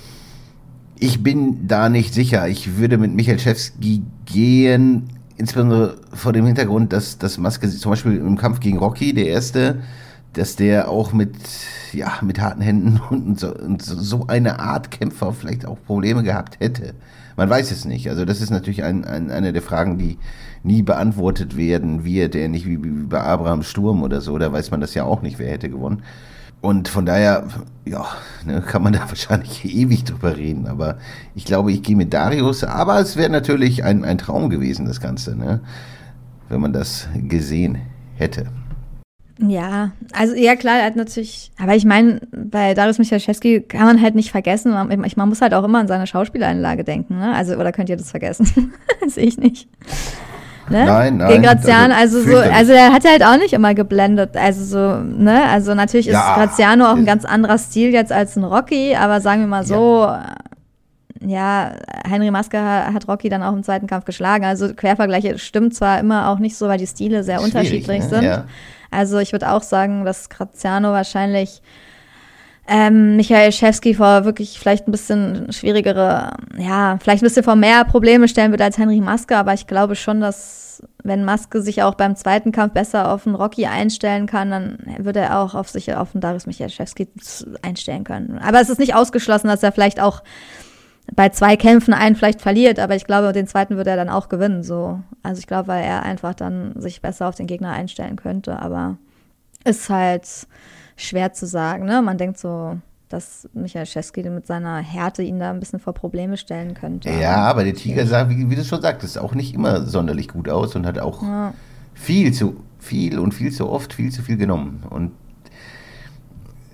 ich bin da nicht sicher. Ich würde mit Michalczewski gehen, insbesondere vor dem Hintergrund, dass, dass Maske zum Beispiel im Kampf gegen Rocky, der erste, dass der auch mit, ja, mit harten Händen und so, und so eine Art Kämpfer vielleicht auch Probleme gehabt hätte. Man weiß es nicht. Also das ist natürlich ein, ein, eine der Fragen, die nie beantwortet werden wird, der nicht wie, wie bei Abraham Sturm oder so, da weiß man das ja auch nicht, wer hätte gewonnen. Und von daher, ja, ne, kann man da wahrscheinlich ewig drüber reden, aber ich glaube, ich gehe mit Dariusz, aber es wäre natürlich ein, ein Traum gewesen, das Ganze, ne, wenn man das gesehen hätte. Ja, also ja klar, er hat natürlich, aber ich meine, bei Dariusz Michalczewski kann man halt nicht vergessen, man, man muss halt auch immer an seine Schauspielereinlage denken, ne? Also, oder könnt ihr das vergessen? Das sehe ich nicht. Ne? Nein, nein. Gegen Graziano, also, also so, also er hat halt auch nicht immer geblendet, also so, ne, also natürlich ist ja, Graziano auch ein ganz anderer Stil jetzt als ein Rocky, aber sagen wir mal so, ja, ja Henry Maske hat Rocky dann auch im zweiten Kampf geschlagen, also Quervergleiche stimmt zwar immer auch nicht so, weil die Stile sehr Schwierig, unterschiedlich ne? sind, ja. Also ich würde auch sagen, dass Graziano wahrscheinlich Ähm, Michalczewski vor wirklich vielleicht ein bisschen schwierigere, ja, vielleicht ein bisschen vor mehr Probleme stellen wird als Henry Maske, aber ich glaube schon, dass wenn Maske sich auch beim zweiten Kampf besser auf einen Rocky einstellen kann, dann würde er auch auf sich auf einen Dariusz Michalczewski einstellen können. Aber es ist nicht ausgeschlossen, dass er vielleicht auch bei zwei Kämpfen einen vielleicht verliert, aber ich glaube, den zweiten würde er dann auch gewinnen, so. Also ich glaube, weil er einfach dann sich besser auf den Gegner einstellen könnte, aber ist halt schwer zu sagen, ne? Man denkt so, dass Michalczewski mit seiner Härte ihn da ein bisschen vor Probleme stellen könnte. Ja, aber der Tiger sah, wie, wie du schon sagtest, auch nicht immer sonderlich gut aus und hat auch ja. viel zu viel und viel zu oft viel zu viel genommen. Und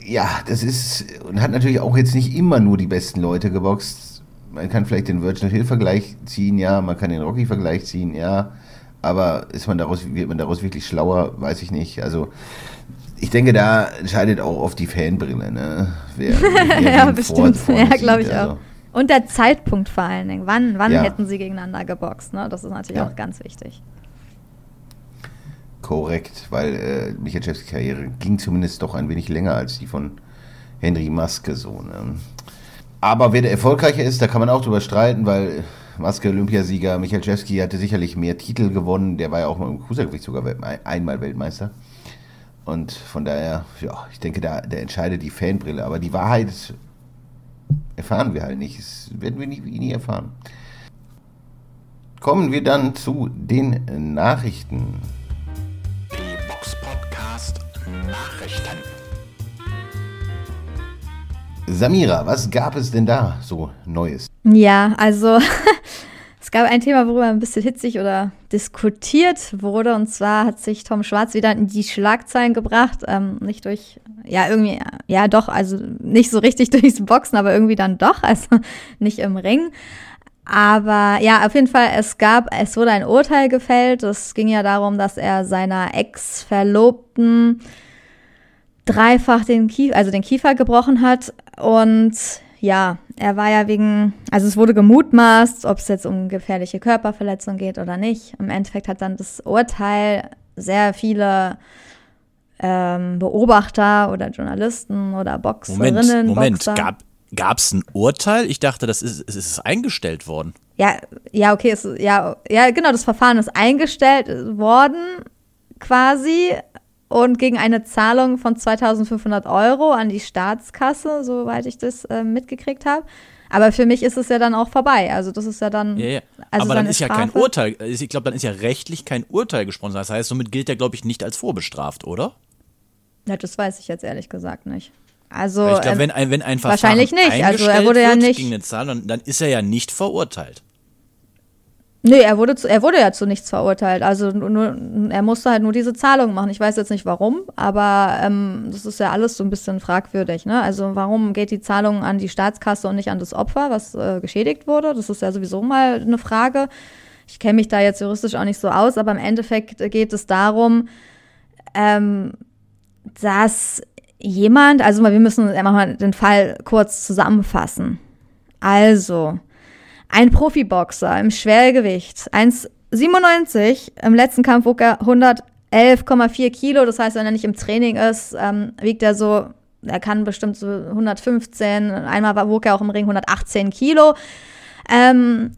ja, das ist, und hat natürlich auch jetzt nicht immer nur die besten Leute geboxt. Man kann vielleicht den Virgil Hill-Vergleich ziehen, ja, man kann den Rocky-Vergleich ziehen, ja, aber ist man daraus, wird man daraus wirklich schlauer, weiß ich nicht. Also, ich denke, da entscheidet auch oft die Fanbrille, ne? Wer, wer ja, bestimmt. Ja, glaube ich also. auch. Und der Zeitpunkt vor allen Dingen. Wann, wann ja. hätten sie gegeneinander geboxt, ne? Das ist natürlich ja. auch ganz wichtig. Korrekt, weil äh, Michalczewskis Karriere ging zumindest doch ein wenig länger als die von Henry Maske, so, ne? Aber wer der erfolgreicher ist, da kann man auch drüber streiten, weil Maske Olympiasieger, Michalczewski hatte sicherlich mehr Titel gewonnen, der war ja auch mal im Cruisergewicht sogar einmal Weltmeister. Und von daher, ja, ich denke, da, da entscheidet die Fanbrille, aber die Wahrheit erfahren wir halt nicht, das werden wir nie, nie erfahren. Kommen wir dann zu den Nachrichten. Die Box-Podcast Nachrichten. Samira, was gab es denn da so Neues? Ja, also es gab ein Thema, worüber ein bisschen hitzig oder diskutiert wurde, und zwar hat sich Tom Schwarz wieder in die Schlagzeilen gebracht, ähm, nicht durch, ja irgendwie, ja doch, also nicht so richtig durchs Boxen, aber irgendwie dann doch, also nicht im Ring. Aber ja, auf jeden Fall, es gab, es wurde ein Urteil gefällt. Es ging ja darum, dass er seiner Ex-Verlobten dreifach den Kiefer, also den Kiefer gebrochen hat. Und ja, er war ja wegen, also es wurde gemutmaßt, ob es jetzt um gefährliche Körperverletzung geht oder nicht. Im Endeffekt hat dann das Urteil sehr viele ähm, Beobachter oder Journalisten oder Boxerinnen, Moment, Moment, Boxer. gab Gab es ein Urteil? Ich dachte, das ist, es ist eingestellt worden. Ja, ja, okay, es, ja, ja, genau, das Verfahren ist eingestellt worden, quasi, und gegen eine Zahlung von zweitausendfünfhundert Euro an die Staatskasse, soweit ich das äh, mitgekriegt habe. Aber für mich ist es ja dann auch vorbei. Also das ist ja dann. Ja, ja. Also aber dann ist Strafe. ja kein Urteil. Ich glaube, dann ist ja rechtlich kein Urteil gesprochen. Das heißt, somit gilt er, glaube ich, nicht als vorbestraft, oder? Ja, das weiß ich jetzt ehrlich gesagt nicht. Also, Weil ich glaube, ähm, wenn ein, wenn ein Verfahren wahrscheinlich nicht. Also er eingestellt wurde ja wird nicht gegen eine Zahl, dann, dann ist er ja nicht verurteilt. Nee, er wurde, zu, er wurde ja zu nichts verurteilt. Also nur, er musste halt nur diese Zahlung machen. Ich weiß jetzt nicht warum, aber ähm, das ist ja alles so ein bisschen fragwürdig. Ne? Also warum geht die Zahlung an die Staatskasse und nicht an das Opfer, was äh, geschädigt wurde? Das ist ja sowieso mal eine Frage. Ich kenne mich da jetzt juristisch auch nicht so aus, aber im Endeffekt geht es darum, ähm, dass jemand, also wir müssen mal den Fall kurz zusammenfassen. Also, ein Profiboxer im Schwergewicht, eins Komma siebenundneunzig, im letzten Kampf wog er hundertelf Komma vier Kilo, das heißt, wenn er nicht im Training ist, ähm, wiegt er so, er kann bestimmt so hundertfünfzehn, einmal wog er auch im Ring hundertachtzehn Kilo, ähm,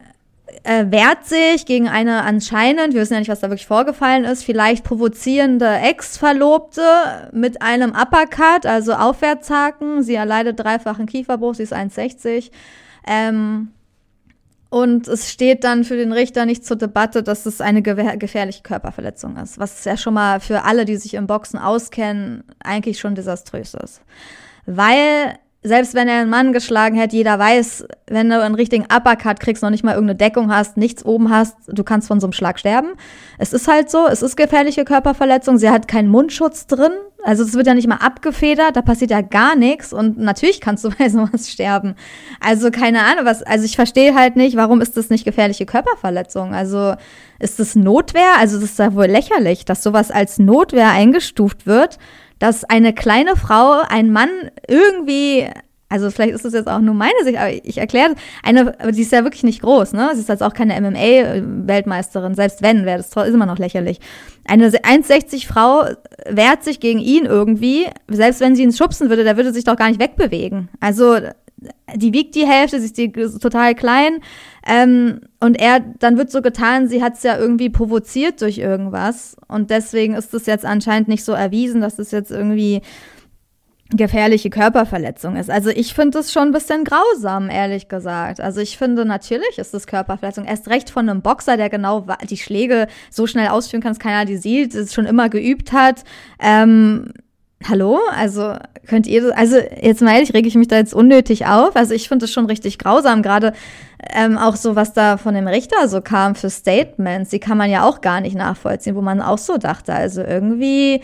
äh, wehrt sich gegen eine anscheinend, wir wissen ja nicht, was da wirklich vorgefallen ist, vielleicht provozierende Ex-Verlobte mit einem Uppercut, also Aufwärtshaken. Sie erleidet dreifachen Kieferbruch, sie ist eins Komma sechzig. Ähm, und es steht dann für den Richter nicht zur Debatte, dass es eine gewehr- gefährliche Körperverletzung ist, was ja schon mal für alle, die sich im Boxen auskennen, eigentlich schon desaströs ist. Weil selbst wenn er einen Mann geschlagen hätte, jeder weiß, wenn du einen richtigen Uppercut kriegst, noch nicht mal irgendeine Deckung hast, nichts oben hast, du kannst von so einem Schlag sterben. Es ist halt so, es ist gefährliche Körperverletzung, sie hat keinen Mundschutz drin, also es wird ja nicht mal abgefedert, da passiert ja gar nichts und natürlich kannst du bei sowas sterben. Also keine Ahnung, was, also ich verstehe halt nicht, warum ist das nicht gefährliche Körperverletzung? Also ist das Notwehr? Also das ist ja wohl lächerlich, dass sowas als Notwehr eingestuft wird, dass eine kleine Frau, ein Mann irgendwie, also vielleicht ist das jetzt auch nur meine Sicht, aber ich erkläre, eine, die ist ja wirklich nicht groß, ne? Sie ist jetzt auch keine M M A-Weltmeisterin, selbst wenn, wäre das ist immer noch lächerlich. Eine eins Komma sechzig Frau wehrt sich gegen ihn irgendwie, selbst wenn sie ihn schubsen würde, der würde sich doch gar nicht wegbewegen. Also die wiegt die Hälfte, sie ist die, total klein, ähm, und er, dann wird so getan, sie hat es ja irgendwie provoziert durch irgendwas und deswegen ist es jetzt anscheinend nicht so erwiesen, dass es jetzt irgendwie gefährliche Körperverletzung ist. Also ich finde das schon ein bisschen grausam, ehrlich gesagt. Also ich finde, natürlich ist das Körperverletzung. Erst recht von einem Boxer, der genau die Schläge so schnell ausführen kann, dass keiner die sieht, es schon immer geübt hat. Ähm, hallo? Also könnt ihr, also jetzt mal ehrlich, rege ich mich da jetzt unnötig auf. Also ich finde das schon richtig grausam, gerade ähm, auch so, was da von dem Richter so kam für Statements, die kann man ja auch gar nicht nachvollziehen, wo man auch so dachte, also irgendwie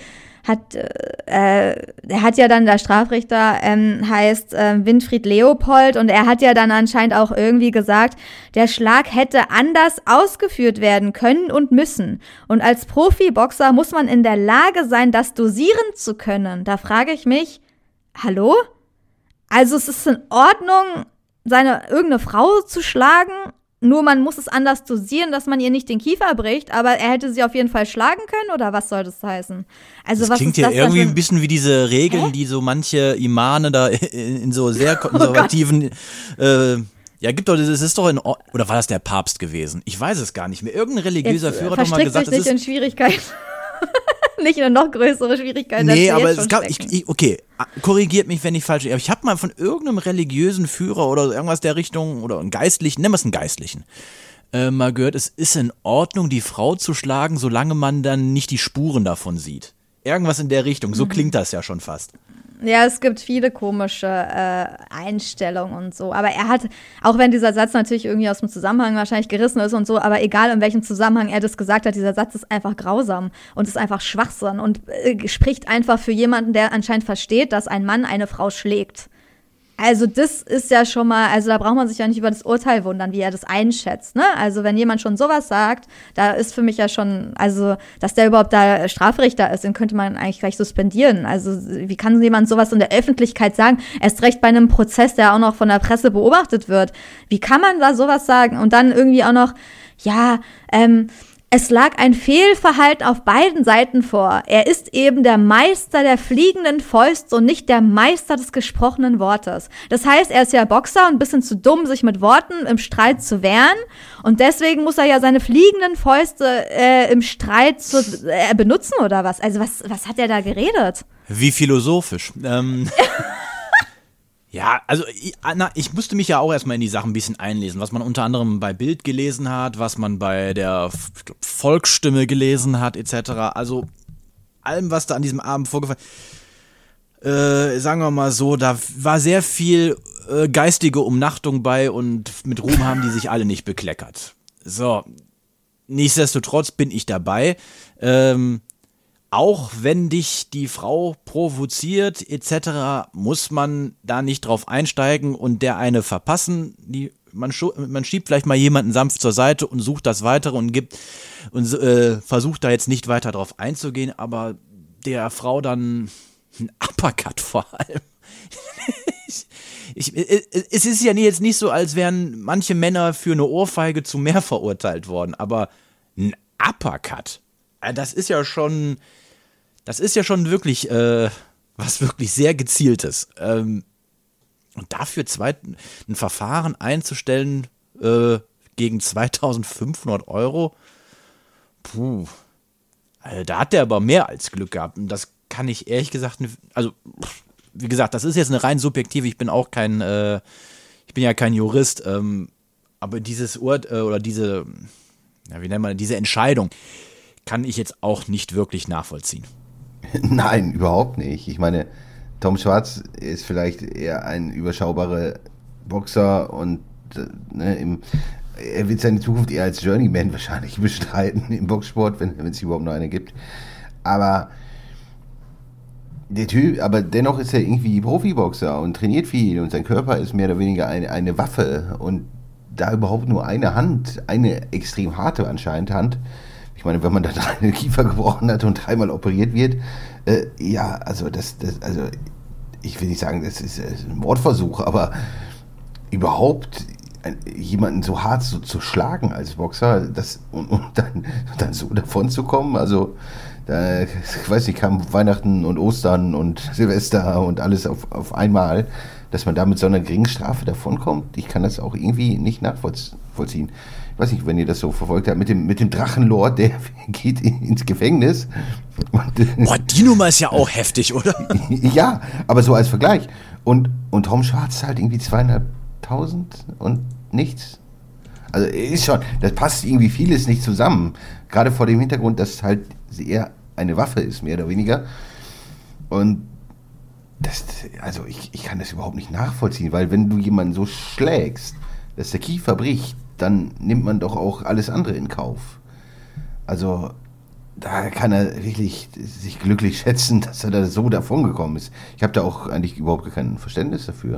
hat, äh, er hat ja dann, der Strafrichter ähm, heißt äh, Winfried Leopold und er hat ja dann anscheinend auch irgendwie gesagt, der Schlag hätte anders ausgeführt werden können und müssen. Und als Profiboxer muss man in der Lage sein, das dosieren zu können. Da frage ich mich, hallo? Also es ist in Ordnung, seine irgendeine Frau zu schlagen, nur man muss es anders dosieren, dass man ihr nicht den Kiefer bricht, aber er hätte sie auf jeden Fall schlagen können, oder was soll das heißen? Also das was klingt ist ja das irgendwie ein ein bisschen wie diese Regeln, Hä? die so manche Imame da in, in so sehr konservativen, äh, ja gibt doch, das ist doch in, oder war das der Papst gewesen? Ich weiß es gar nicht mehr. Irgendein religiöser Jetzt, Führer hat doch mal gesagt, das ist nicht in Schwierigkeiten. Nicht eine noch größere Schwierigkeit. Nee, als wir aber jetzt es schon gab, ich, stecken. ich, okay, korrigiert mich, wenn ich falsch bin, aber ich habe mal von irgendeinem religiösen Führer oder irgendwas der Richtung, oder einen Geistlichen, nennen wir es einen Geistlichen, äh, mal gehört, es ist in Ordnung, die Frau zu schlagen, solange man dann nicht die Spuren davon sieht. Irgendwas in der Richtung, so Mhm. klingt das ja schon fast. Ja, es gibt viele komische äh, Einstellungen und so. Aber er hat, auch wenn dieser Satz natürlich irgendwie aus dem Zusammenhang wahrscheinlich gerissen ist und so, aber egal in welchem Zusammenhang er das gesagt hat, dieser Satz ist einfach grausam und ist einfach Schwachsinn und äh, spricht einfach für jemanden, der anscheinend versteht, dass ein Mann eine Frau schlägt. Also das ist ja schon mal, also da braucht man sich ja nicht über das Urteil wundern, wie er das einschätzt, ne? Also wenn jemand schon sowas sagt, da ist für mich ja schon, also dass der überhaupt da Strafrichter ist, den könnte man eigentlich gleich suspendieren. Also wie kann jemand sowas in der Öffentlichkeit sagen? Erst recht bei einem Prozess, der auch noch von der Presse beobachtet wird. Wie kann man da sowas sagen? Und dann irgendwie auch noch, ja, ähm, es lag ein Fehlverhalten auf beiden Seiten vor. Er ist eben der Meister der fliegenden Fäuste und nicht der Meister des gesprochenen Wortes. Das heißt, er ist ja Boxer und ein bisschen zu dumm, sich mit Worten im Streit zu wehren. Und deswegen muss er ja seine fliegenden Fäuste äh, im Streit zu, äh, benutzen oder was? Also was, was hat er da geredet? Wie philosophisch. Ähm, ja, also ich, na, ich musste mich ja auch erstmal in die Sachen ein bisschen einlesen, was man unter anderem bei Bild gelesen hat, was man bei der ich glaub, Volksstimme gelesen hat, et cetera. Also allem, was da an diesem Abend vorgefallen äh, sagen wir mal so, da war sehr viel äh, geistige Umnachtung bei und mit Ruhm haben die sich alle nicht bekleckert. So, nichtsdestotrotz bin ich dabei. Ähm, Auch wenn dich die Frau provoziert et cetera, muss man da nicht drauf einsteigen und der eine verpassen. Die, man, schu- man schiebt vielleicht mal jemanden sanft zur Seite und sucht das Weitere und gibt und äh, versucht da jetzt nicht weiter drauf einzugehen, aber der Frau dann ein Uppercut vor allem. ich, ich, es ist ja jetzt nicht so, als wären manche Männer für eine Ohrfeige zu mehr verurteilt worden, aber ein Uppercut, das ist ja schon Das ist ja schon wirklich äh, was wirklich sehr Gezieltes. Ähm, und dafür zwei, ein Verfahren einzustellen äh, gegen zweitausendfünfhundert Euro, puh, also da hat der aber mehr als Glück gehabt. Und das kann ich ehrlich gesagt, also wie gesagt, das ist jetzt eine rein subjektive, ich bin auch kein, äh, ich bin ja kein Jurist, ähm, aber dieses Urt äh, oder diese, ja, wie nennt man, diese Entscheidung kann ich jetzt auch nicht wirklich nachvollziehen. Nein, überhaupt nicht. Ich meine, Tom Schwarz ist vielleicht eher ein überschaubarer Boxer und äh, ne, im, er wird seine Zukunft eher als Journeyman wahrscheinlich bestreiten im Boxsport, wenn es überhaupt noch eine gibt. Aber der Typ, aber dennoch ist er irgendwie Profiboxer und trainiert viel und sein Körper ist mehr oder weniger eine, eine Waffe und da überhaupt nur eine Hand, eine extrem harte anscheinend Hand. Ich meine, wenn man da einen Kiefer gebrochen hat und dreimal operiert wird, äh, ja, also das, das, also ich will nicht sagen, das ist, das ist ein Mordversuch, aber überhaupt jemanden so hart so zu schlagen als Boxer, das und, und dann, dann so davon zu kommen, also da, ich weiß nicht, kam Weihnachten und Ostern und Silvester und alles auf, auf einmal, dass man da mit so einer geringen Strafe davonkommt, ich kann das auch irgendwie nicht nachvollziehen. Ich weiß nicht, wenn ihr das so verfolgt habt, mit dem, mit dem Drachenlord, der geht ins Gefängnis. Und, boah, die Nummer ist ja auch heftig, oder? Ja, aber so als Vergleich. Und, und Tom Schwarz zahlt irgendwie zweieinhalbtausend und nichts. Also ist schon, das passt irgendwie vieles nicht zusammen. Gerade vor dem Hintergrund, dass halt eher eine Waffe ist, mehr oder weniger. Und das, also ich, ich kann das überhaupt nicht nachvollziehen, weil wenn du jemanden so schlägst, dass der Kiefer bricht, dann nimmt man doch auch alles andere in Kauf. Also da kann er wirklich sich glücklich schätzen, dass er da so davon gekommen ist. Ich habe da auch eigentlich überhaupt kein Verständnis dafür.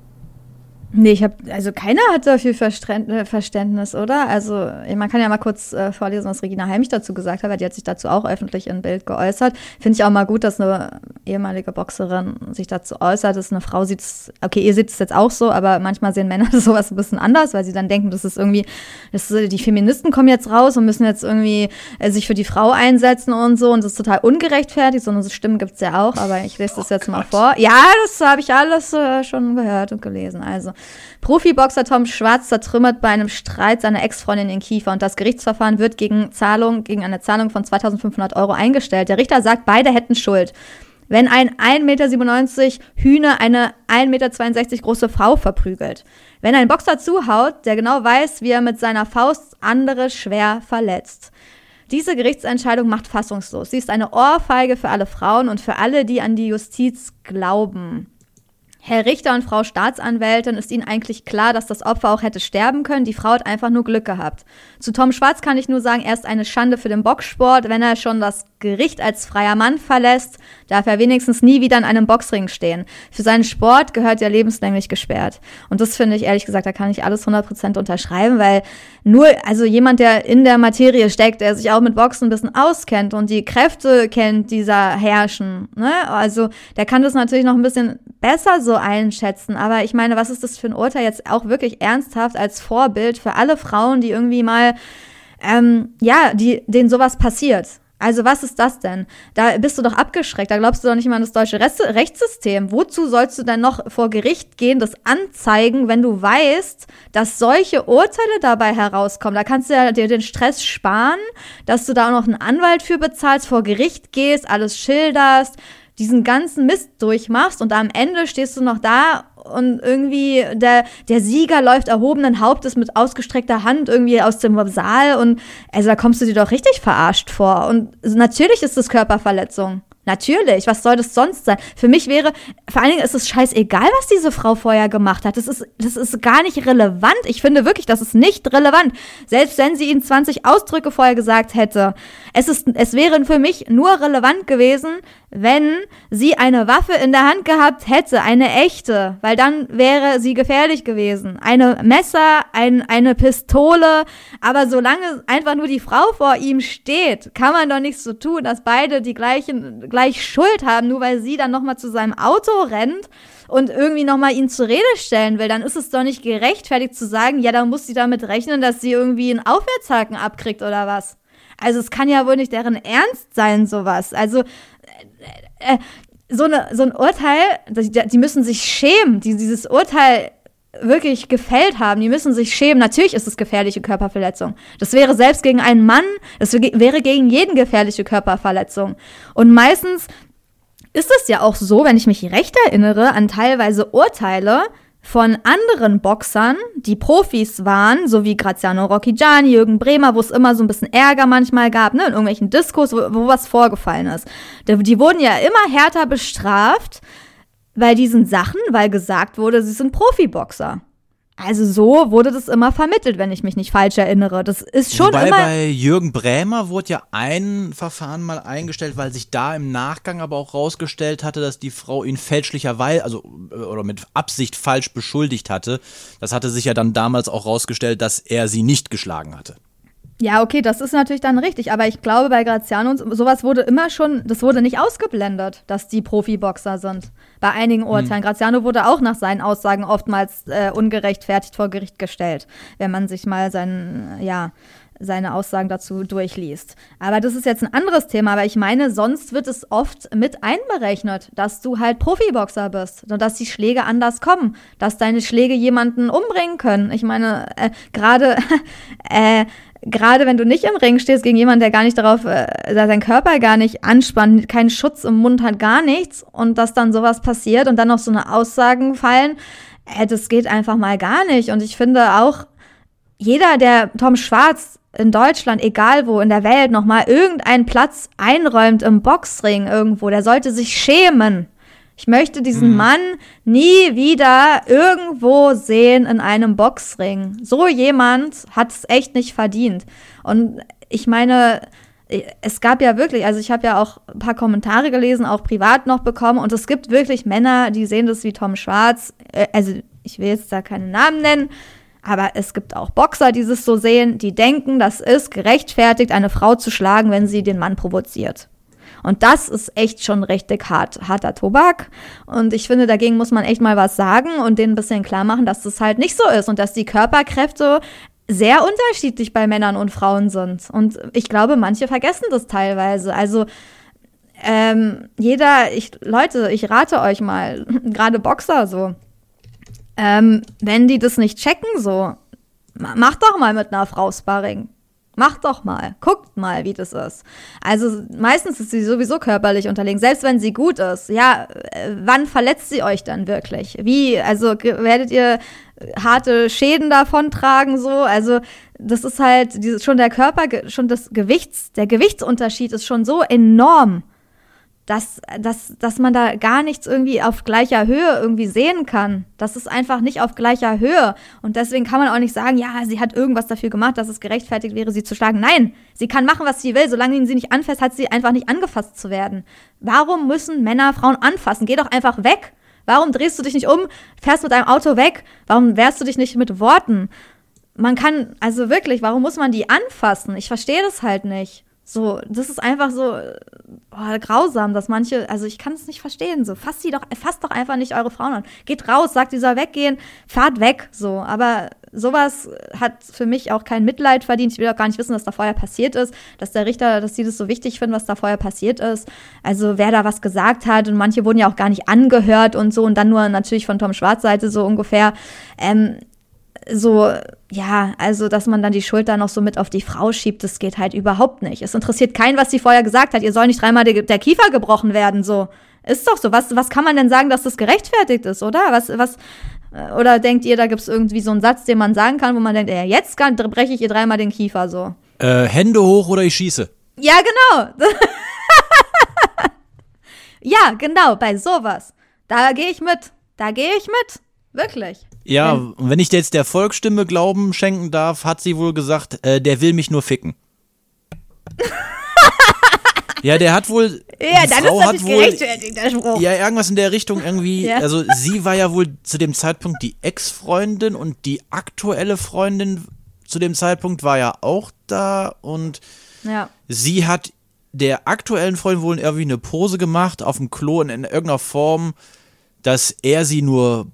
Nee, ich habe, also keiner hat dafür Verständnis, oder? Also man kann ja mal kurz äh, vorlesen, was Regina Halmich dazu gesagt hat, weil die hat sich dazu auch öffentlich in Bild geäußert. Finde ich auch mal gut, dass eine ehemalige Boxerin sich dazu äußert, dass eine Frau sieht, okay, ihr seht es jetzt auch so, aber manchmal sehen Männer sowas ein bisschen anders, weil sie dann denken, das ist irgendwie, das ist, die Feministen kommen jetzt raus und müssen jetzt irgendwie äh, sich für die Frau einsetzen und so und das ist total ungerechtfertigt. So eine Stimme gibt es ja auch, aber ich lese das jetzt mal vor. Ja, das habe ich alles äh, schon gehört und gelesen, also Profiboxer Tom Schwarz zertrümmert bei einem Streit seiner Ex-Freundin den Kiefer und das Gerichtsverfahren wird gegen Zahlung, gegen eine Zahlung von zweitausendfünfhundert Euro eingestellt. Der Richter sagt, beide hätten Schuld. Wenn ein eins Komma siebenundneunzig Meter Hühner eine eins Komma zweiundsechzig Meter große Frau verprügelt. Wenn ein Boxer zuhaut, der genau weiß, wie er mit seiner Faust andere schwer verletzt. Diese Gerichtsentscheidung macht fassungslos. Sie ist eine Ohrfeige für alle Frauen und für alle, die an die Justiz glauben. Herr Richter und Frau Staatsanwältin, ist Ihnen eigentlich klar, dass das Opfer auch hätte sterben können? Die Frau hat einfach nur Glück gehabt. Zu Tom Schwarz kann ich nur sagen, er ist eine Schande für den Boxsport. Wenn er schon das Gericht als freier Mann verlässt, darf er wenigstens nie wieder in einem Boxring stehen. Für seinen Sport gehört er lebenslänglich gesperrt. Und das finde ich, ehrlich gesagt, da kann ich alles hundert Prozent unterschreiben, weil nur, also jemand, der in der Materie steckt, der sich auch mit Boxen ein bisschen auskennt und die Kräfte kennt, die da herrschen, ne? Also der kann das natürlich noch ein bisschen besser so einschätzen, aber ich meine, was ist das für ein Urteil jetzt auch wirklich ernsthaft als Vorbild für alle Frauen, die irgendwie mal, ähm, ja, die, denen sowas passiert? Also was ist das denn? Da bist du doch abgeschreckt, da glaubst du doch nicht mal an das deutsche Rechtssystem. Wozu sollst du denn noch vor Gericht gehen, das anzeigen, wenn du weißt, dass solche Urteile dabei herauskommen? Da kannst du ja dir den Stress sparen, dass du da auch noch einen Anwalt für bezahlst, vor Gericht gehst, alles schilderst, diesen ganzen Mist durchmachst und am Ende stehst du noch da und irgendwie der, der Sieger läuft erhobenen Hauptes mit ausgestreckter Hand irgendwie aus dem Saal und also da kommst du dir doch richtig verarscht vor. Und natürlich ist das Körperverletzung. Natürlich, was soll das sonst sein? Für mich wäre, vor allen Dingen ist es scheißegal, was diese Frau vorher gemacht hat. Das ist, das ist gar nicht relevant. Ich finde wirklich, das ist nicht relevant. Selbst wenn sie ihnen zwanzig Ausdrücke vorher gesagt hätte. Es ist, es wäre für mich nur relevant gewesen, wenn sie eine Waffe in der Hand gehabt hätte, eine echte, weil dann wäre sie gefährlich gewesen. Eine Messer, ein, eine Pistole, aber solange einfach nur die Frau vor ihm steht, kann man doch nicht so tun, dass beide die gleichen, gleich Schuld haben, nur weil sie dann nochmal zu seinem Auto rennt und irgendwie nochmal ihn zur Rede stellen will. Dann ist es doch nicht gerechtfertigt zu sagen, ja, dann muss sie damit rechnen, dass sie irgendwie einen Aufwärtshaken abkriegt oder was. Also es kann ja wohl nicht deren Ernst sein, sowas. Also äh, äh, so, eine, so ein Urteil, die, die müssen sich schämen, die dieses Urteil wirklich gefällt haben, die müssen sich schämen. Natürlich ist es gefährliche Körperverletzung. Das wäre selbst gegen einen Mann, das wäre gegen jeden gefährliche Körperverletzung. Und meistens ist es ja auch so, wenn ich mich recht erinnere, an teilweise Urteile von anderen Boxern, die Profis waren, so wie Graziano Rocchigiani, Jürgen Bremer, wo es immer so ein bisschen Ärger manchmal gab, ne, in irgendwelchen Diskos, wo, wo was vorgefallen ist. Die, die wurden ja immer härter bestraft bei diesen Sachen, weil gesagt wurde, sie sind Profiboxer. Also so wurde das immer vermittelt, wenn ich mich nicht falsch erinnere. Das ist schon Wobei immer... bei Jürgen Brämer wurde ja ein Verfahren mal eingestellt, weil sich da im Nachgang aber auch rausgestellt hatte, dass die Frau ihn fälschlicherweise, also oder mit Absicht falsch beschuldigt hatte. Das hatte sich ja dann damals auch rausgestellt, dass er sie nicht geschlagen hatte. Ja, okay, das ist natürlich dann richtig, aber ich glaube, bei Graziano und sowas wurde immer schon, das wurde nicht ausgeblendet, dass die Profiboxer sind. Bei einigen Urteilen. Mhm. Graziano wurde auch nach seinen Aussagen oftmals äh, ungerechtfertigt vor Gericht gestellt, wenn man sich mal seinen, ja, seine Aussagen dazu durchliest. Aber das ist jetzt ein anderes Thema, aber ich meine, sonst wird es oft mit einberechnet, dass du halt Profiboxer bist und dass die Schläge anders kommen, dass deine Schläge jemanden umbringen können. Ich meine, äh, gerade äh, Gerade wenn du nicht im Ring stehst gegen jemanden, der gar nicht darauf, äh, der seinen Körper gar nicht anspannt, keinen Schutz im Mund hat, gar nichts und dass dann sowas passiert und dann noch so eine Aussagen fallen, äh, das geht einfach mal gar nicht. Und ich finde auch, jeder, der Tom Schwarz in Deutschland, egal wo in der Welt, nochmal irgendeinen Platz einräumt im Boxring irgendwo, der sollte sich schämen. Ich möchte diesen mhm. Mann nie wieder irgendwo sehen in einem Boxring. So jemand hat es echt nicht verdient. Und ich meine, es gab ja wirklich, also ich habe ja auch ein paar Kommentare gelesen, auch privat noch bekommen und es gibt wirklich Männer, die sehen das wie Tom Schwarz, äh, also ich will jetzt da keine Namen nennen, aber es gibt auch Boxer, die es so sehen, die denken, das ist gerechtfertigt, eine Frau zu schlagen, wenn sie den Mann provoziert. Und das ist echt schon richtig hart, harter Tobak. Und ich finde, dagegen muss man echt mal was sagen und denen ein bisschen klar machen, dass das halt nicht so ist und dass die Körperkräfte sehr unterschiedlich bei Männern und Frauen sind. Und ich glaube, manche vergessen das teilweise. Also ähm, jeder, ich, Leute, ich rate euch mal, gerade Boxer so, Ähm, wenn die das nicht checken, so, macht doch mal mit einer Frau Sparring. Macht doch mal. Guckt mal, wie das ist. Also meistens ist sie sowieso körperlich unterlegen, selbst wenn sie gut ist. Ja, äh, wann verletzt sie euch dann wirklich? Wie? Also ge- werdet ihr harte Schäden davon tragen, so? Also das ist halt, dieses, schon der Körper, ge- schon das Gewichts, der Gewichtsunterschied ist schon so enorm, dass, dass, dass man da gar nichts irgendwie auf gleicher Höhe irgendwie sehen kann. Das ist einfach nicht auf gleicher Höhe. Und deswegen kann man auch nicht sagen, ja, sie hat irgendwas dafür gemacht, dass es gerechtfertigt wäre, sie zu schlagen. Nein, sie kann machen, was sie will. Solange ihn sie nicht anfasst, hat sie einfach nicht angefasst zu werden. Warum müssen Männer Frauen anfassen? Geh doch einfach weg. Warum drehst du dich nicht um, fährst mit deinem Auto weg? Warum wehrst du dich nicht mit Worten? Man kann, also wirklich, warum muss man die anfassen? Ich verstehe das halt nicht. So, das ist einfach so oh, grausam, dass manche, also ich kann es nicht verstehen, so, fasst sie doch, fasst doch einfach nicht eure Frauen an. Geht raus, sagt, die soll weggehen, fahrt weg, so. Aber sowas hat für mich auch kein Mitleid verdient. Ich will auch gar nicht wissen, was da vorher passiert ist, dass der Richter, dass die das so wichtig finden, was da vorher passiert ist. Also wer da was gesagt hat und manche wurden ja auch gar nicht angehört und so und dann nur natürlich von Tom Schwarz Seite so ungefähr, ähm, so, ja, also, dass man dann die Schulter noch so mit auf die Frau schiebt, das geht halt überhaupt nicht. Es interessiert keinen, was sie vorher gesagt hat. Ihr soll nicht dreimal de- der Kiefer gebrochen werden, so. Ist doch so. Was, was kann man denn sagen, dass das gerechtfertigt ist, oder? Was, was, oder denkt ihr, da gibt's irgendwie so einen Satz, den man sagen kann, wo man denkt, ja, jetzt kann, breche ich ihr dreimal den Kiefer, so. Äh, Hände hoch oder ich schieße. Ja, genau. Ja, genau, bei sowas. Da gehe ich mit. Da gehe ich mit. Wirklich. Ja, und wenn ich jetzt der Volksstimme Glauben schenken darf, hat sie wohl gesagt, äh, der will mich nur ficken. Ja, der hat wohl. Ja, dann Frau ist das hat nicht wohl, gerechtfertigt, der Spruch. Ja, irgendwas in der Richtung irgendwie. Ja. Also, sie war ja wohl zu dem Zeitpunkt die Ex-Freundin und die aktuelle Freundin zu dem Zeitpunkt war ja auch da und Ja. sie hat der aktuellen Freundin wohl irgendwie eine Pose gemacht auf dem Klo in, in irgendeiner Form, dass er sie nur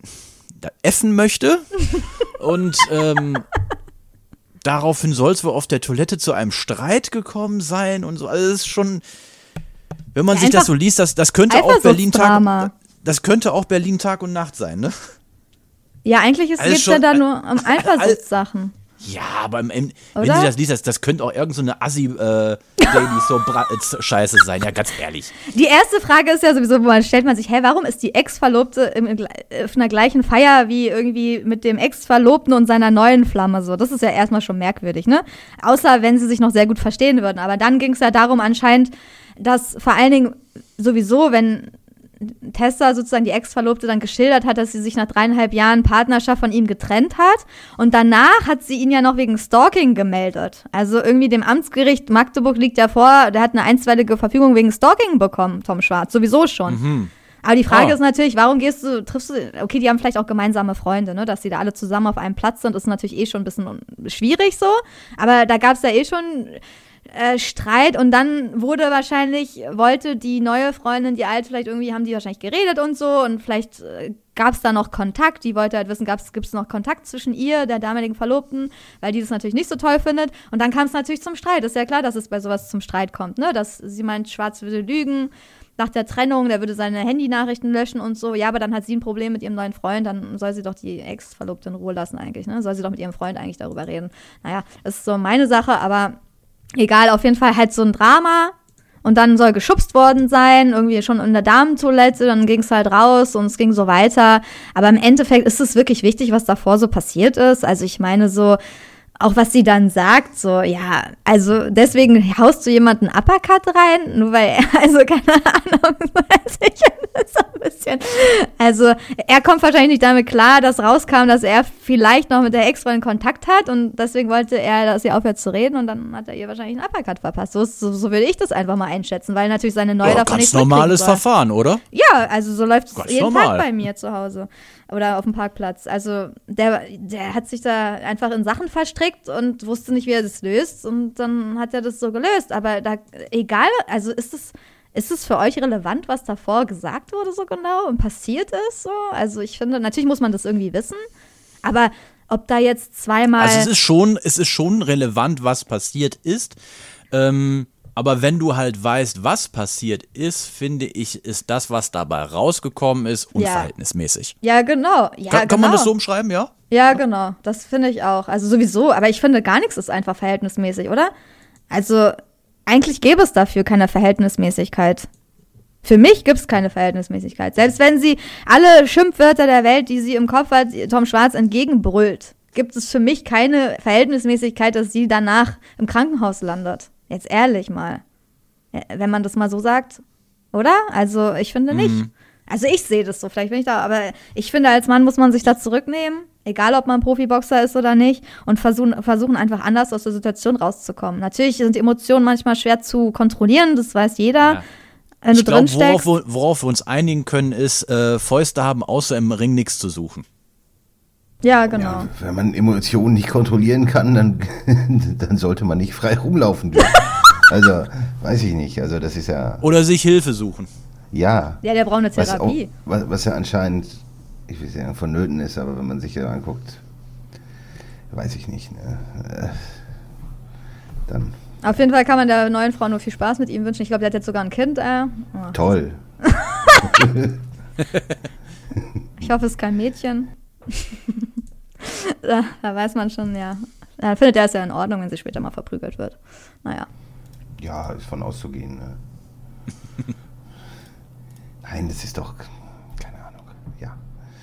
effen möchte und ähm, daraufhin soll es wohl auf der Toilette zu einem Streit gekommen sein und so. Also es ist schon, wenn man Ja, sich das einfach so liest, das, das könnte auch Berlin Eifersuchtsdrama. Tag, das könnte auch Berlin Tag und Nacht sein, ne? Ja, eigentlich geht Alles es ja schon- da nur um Eifersuchtssachen. Ja, aber im, im, wenn Oder? sie das liest, das, das könnte auch irgend so eine Assi-Lady so bra- äh, Scheiße sein, ja, ganz ehrlich. Die erste Frage ist ja sowieso, wo man stellt man sich, hä, warum ist die Ex-Verlobte im, im, auf einer gleichen Feier wie irgendwie mit dem Ex-Verlobten und seiner neuen Flamme so? Das ist ja erstmal schon merkwürdig, ne? Außer wenn sie sich noch sehr gut verstehen würden. Aber dann ging es ja darum anscheinend, dass vor allen Dingen sowieso, wenn Tessa sozusagen die Ex-Verlobte dann geschildert hat, dass sie sich nach dreieinhalb Jahren Partnerschaft von ihm getrennt hat. Und danach hat sie ihn ja noch wegen Stalking gemeldet. Also irgendwie dem Amtsgericht Magdeburg liegt ja vor, der hat eine einstweilige Verfügung wegen Stalking bekommen, Tom Schwarz, sowieso schon. Mhm. Aber die Frage Oh. ist natürlich, warum gehst du, triffst du, okay, die haben vielleicht auch gemeinsame Freunde, ne, dass die da alle zusammen auf einem Platz sind, ist natürlich eh schon ein bisschen schwierig so. Aber da gab es ja eh schon Äh, Streit und dann wurde wahrscheinlich, wollte die neue Freundin, die alte, vielleicht irgendwie, haben die wahrscheinlich geredet und so und vielleicht äh, gab es da noch Kontakt, die wollte halt wissen, gibt es noch Kontakt zwischen ihr, der damaligen Verlobten, weil die das natürlich nicht so toll findet und dann kam es natürlich zum Streit, ist ja klar, dass es bei sowas zum Streit kommt, ne, dass sie meint, Schwarz würde lügen, nach der Trennung, der würde seine Handynachrichten löschen und so, ja, aber dann hat sie ein Problem mit ihrem neuen Freund, dann soll sie doch die Ex-Verlobte in Ruhe lassen eigentlich, ne, soll sie doch mit ihrem Freund eigentlich darüber reden, naja, das ist so meine Sache, aber egal, auf jeden Fall halt so ein Drama und dann soll geschubst worden sein, irgendwie schon in der Damentoilette, dann ging es halt raus und es ging so weiter. Aber im Endeffekt ist es wirklich wichtig, was davor so passiert ist. Also ich meine so, auch was sie dann sagt, so, ja, also deswegen haust du jemanden Uppercut rein, nur weil er, also keine Ahnung, weiß ich, das ist ein bisschen, Also er kommt wahrscheinlich nicht damit klar, dass rauskam, dass er vielleicht noch mit der Ex-Freundin Kontakt hat und deswegen wollte er, dass sie aufhört zu reden und dann hat er ihr wahrscheinlich einen Uppercut verpasst. So, so, so würde ich das einfach mal einschätzen, weil natürlich seine Neue Ja, davon ganz nichts normales mitkriegen Verfahren, oder? Ja, also so läuft es Ganz jeden normal. Tag bei mir zu Hause oder auf dem Parkplatz. Also der, der hat sich da einfach in Sachen verstrickt und wusste nicht, wie er das löst und dann hat er das so gelöst. Aber da, egal, also ist es Ist es für euch relevant, was davor gesagt wurde so genau und passiert ist? So? Also ich finde, natürlich muss man das irgendwie wissen, aber ob da jetzt zweimal… Also es ist schon, es ist schon relevant, was passiert ist, ähm, aber wenn du halt weißt, was passiert ist, finde ich, ist das, was dabei rausgekommen ist, unverhältnismäßig. Ja, genau. Ja, kann, genau. kann man das so umschreiben, ja? Ja, genau. Das finde ich auch. Also sowieso, aber ich finde, gar nichts ist einfach verhältnismäßig, oder? Also eigentlich gäbe es dafür keine Verhältnismäßigkeit. Für mich gibt es keine Verhältnismäßigkeit. Selbst wenn sie alle Schimpfwörter der Welt, die sie im Kopf hat, Tom Schwarz entgegenbrüllt, gibt es für mich keine Verhältnismäßigkeit, dass sie danach im Krankenhaus landet. Jetzt ehrlich mal. Wenn man das mal so sagt, oder? Also ich finde nicht. Mhm. Also ich sehe das so, vielleicht bin ich da, aber ich finde, als Mann muss man sich da zurücknehmen, egal ob man Profiboxer ist oder nicht, und versuchen, versuchen einfach anders aus der Situation rauszukommen. Natürlich sind Emotionen manchmal schwer zu kontrollieren, das weiß jeder. Ja. Wenn du Ich glaube, drin worauf, steckst. wir- worauf wir uns einigen können, ist, äh, Fäuste haben außer im Ring nichts zu suchen. Ja, genau. Ja, wenn man Emotionen nicht kontrollieren kann, dann, dann sollte man nicht frei rumlaufen dürfen. Also, weiß ich nicht. Also, das ist ja, Oder sich Hilfe suchen. ja, Ja, der braucht eine was, auch, Therapie. was, was ja anscheinend, ich will sagen, vonnöten ist, aber wenn man sich ja anguckt, weiß ich nicht. Ne? Äh, Dann Auf jeden Fall kann man der neuen Frau nur viel Spaß mit ihm wünschen. Ich glaube, der hat jetzt sogar ein Kind. Äh. Oh. toll. Ich hoffe, es ist kein Mädchen. da, da weiß man schon, ja. Da findet er es ja in Ordnung, wenn sie später mal verprügelt wird. Naja. Ja, ist von auszugehen. Ne? Nein, das ist doch, keine Ahnung, ja.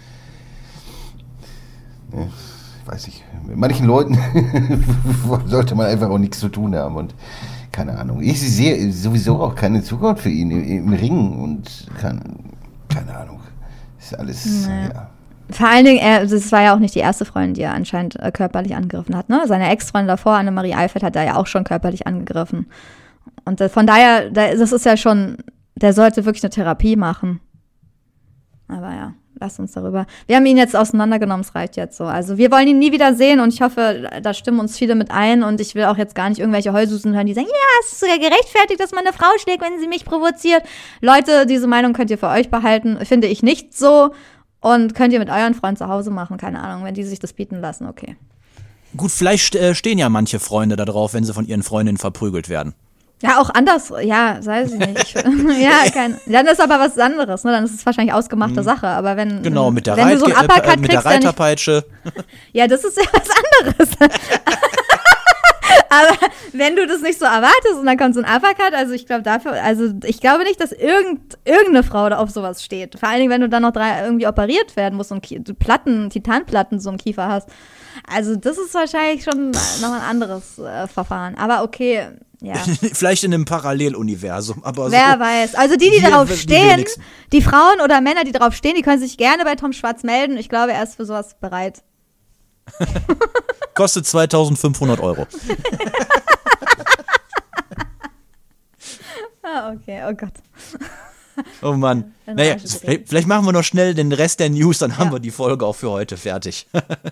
Ne, ich weiß nicht, mit manchen Leuten sollte man einfach auch nichts zu tun haben und keine Ahnung. Ich sehe sowieso auch keine Zukunft für ihn im, im Ring und kann, keine Ahnung. Ist alles, Nee. ja. Vor allen Dingen, er, das war ja auch nicht die erste Freundin, die er anscheinend äh, körperlich angegriffen hat. Ne? Seine Ex-Freundin davor, Annemarie Eifert, hat er ja auch schon körperlich angegriffen. Und äh, von daher, da, das ist ja schon, der sollte wirklich eine Therapie machen. Aber ja, lasst uns darüber. Wir haben ihn jetzt auseinandergenommen, es reicht jetzt so. Also wir wollen ihn nie wieder sehen und ich hoffe, da stimmen uns viele mit ein und ich will auch jetzt gar nicht irgendwelche Heulsusen hören, die sagen, ja, es ist sogar gerechtfertigt, dass man eine Frau schlägt, wenn sie mich provoziert. Leute, diese Meinung könnt ihr für euch behalten, finde ich nicht so und könnt ihr mit euren Freunden zu Hause machen, keine Ahnung, wenn die sich das bieten lassen, okay. Gut, vielleicht äh, stehen ja manche Freunde da drauf, wenn sie von ihren Freundinnen verprügelt werden. Ja, auch anders, ja, weiß ich nicht. Ich, ja, kein, dann ist aber was anderes, ne? Dann ist es wahrscheinlich ausgemachte Sache. Aber wenn, Genau, mit der, wenn Reit du so einen äh, Uppercut mit der kriegst, der nicht, Reiterpeitsche. ja, das ist ja was anderes. Aber wenn du das nicht so erwartest und dann kommt so ein Uppercut, also ich glaube dafür, also ich glaube nicht, dass irgend, irgendeine Frau da auf sowas steht. Vor allen Dingen, wenn du dann noch drei irgendwie operiert werden musst und Ki- Platten, Titanplatten so im Kiefer hast. Also das ist wahrscheinlich schon noch ein anderes äh, Verfahren. Aber okay, ja. Vielleicht in einem Paralleluniversum, aber Wer so. weiß. Also die, die Wir- darauf die stehen, wenigsten. die Frauen oder Männer, die darauf stehen, die können sich gerne bei Tom Schwarz melden. Ich glaube, er ist für sowas bereit. Kostet zweitausendfünfhundert Euro. Ah, okay, oh Gott. Oh Mann. Dann Naja, reicht es vielleicht, vielleicht machen wir noch schnell den Rest der News, dann haben Ja. wir die Folge auch für heute fertig.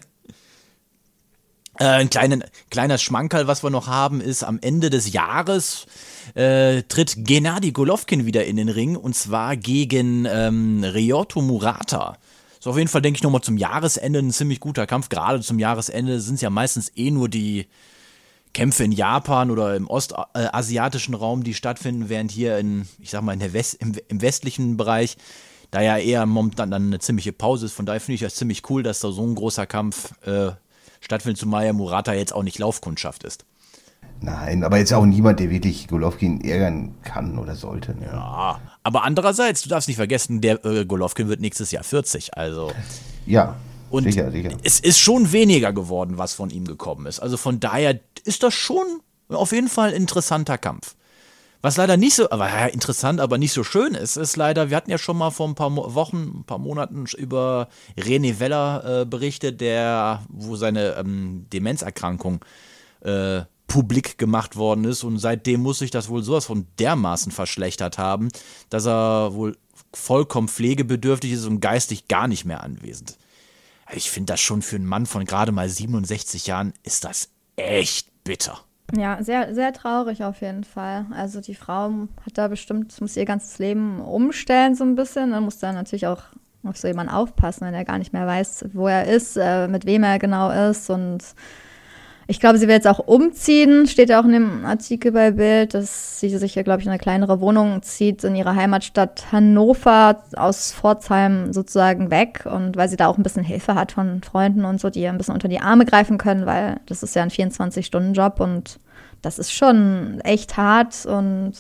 äh, ein kleinen, kleiner Schmankerl, was wir noch haben, ist am Ende des Jahres äh, tritt Gennady Golovkin wieder in den Ring und zwar gegen ähm, Ryoto Murata. So auf jeden Fall denke ich nochmal zum Jahresende ein ziemlich guter Kampf. Gerade zum Jahresende sind es ja meistens eh nur die Kämpfe in Japan oder im ostasiatischen Raum, die stattfinden, während hier in, ich sag mal, in der West, im, im westlichen Bereich, da ja eher momentan dann eine ziemliche Pause ist. Von daher finde ich das ziemlich cool, dass da so ein großer Kampf äh, stattfindet, zumal ja Murata jetzt auch nicht Laufkundschaft ist. Nein, aber jetzt auch niemand, der wirklich Golovkin ärgern kann oder sollte. Ne? Ja, aber andererseits, du darfst nicht vergessen, der äh, Golovkin wird nächstes Jahr vierzig, also Ja, und sicher, sicher. es ist schon weniger geworden, was von ihm gekommen ist. Also von daher ist das schon auf jeden Fall ein interessanter Kampf. Was leider nicht so, aber ja, interessant, aber nicht so schön ist, ist leider, wir hatten ja schon mal vor ein paar Mo- Wochen, ein paar Monaten über René Weller äh, berichtet, der, wo seine ähm, Demenzerkrankung äh, publik gemacht worden ist und seitdem muss sich das wohl sowas von dermaßen verschlechtert haben, dass er wohl vollkommen pflegebedürftig ist und geistig gar nicht mehr anwesend. Ich finde das schon für einen Mann von gerade mal siebenundsechzig Jahren ist das echt bitter. Ja, sehr, sehr traurig auf jeden Fall. Also die Frau hat da bestimmt, muss ihr ganzes Leben umstellen so ein bisschen. Dann muss da natürlich auch auf so jemanden aufpassen, wenn er gar nicht mehr weiß, wo er ist, äh, mit wem er genau ist. Und ich glaube, sie will jetzt auch umziehen, steht ja auch in dem Artikel bei Bild, dass sie sich ja, glaube ich, in eine kleinere Wohnung zieht in ihre Heimatstadt Hannover aus Pforzheim sozusagen weg. Und weil sie da auch ein bisschen Hilfe hat von Freunden und so, die ihr ein bisschen unter die Arme greifen können, weil das ist ja ein vierundzwanzig-Stunden-Job und das ist schon echt hart und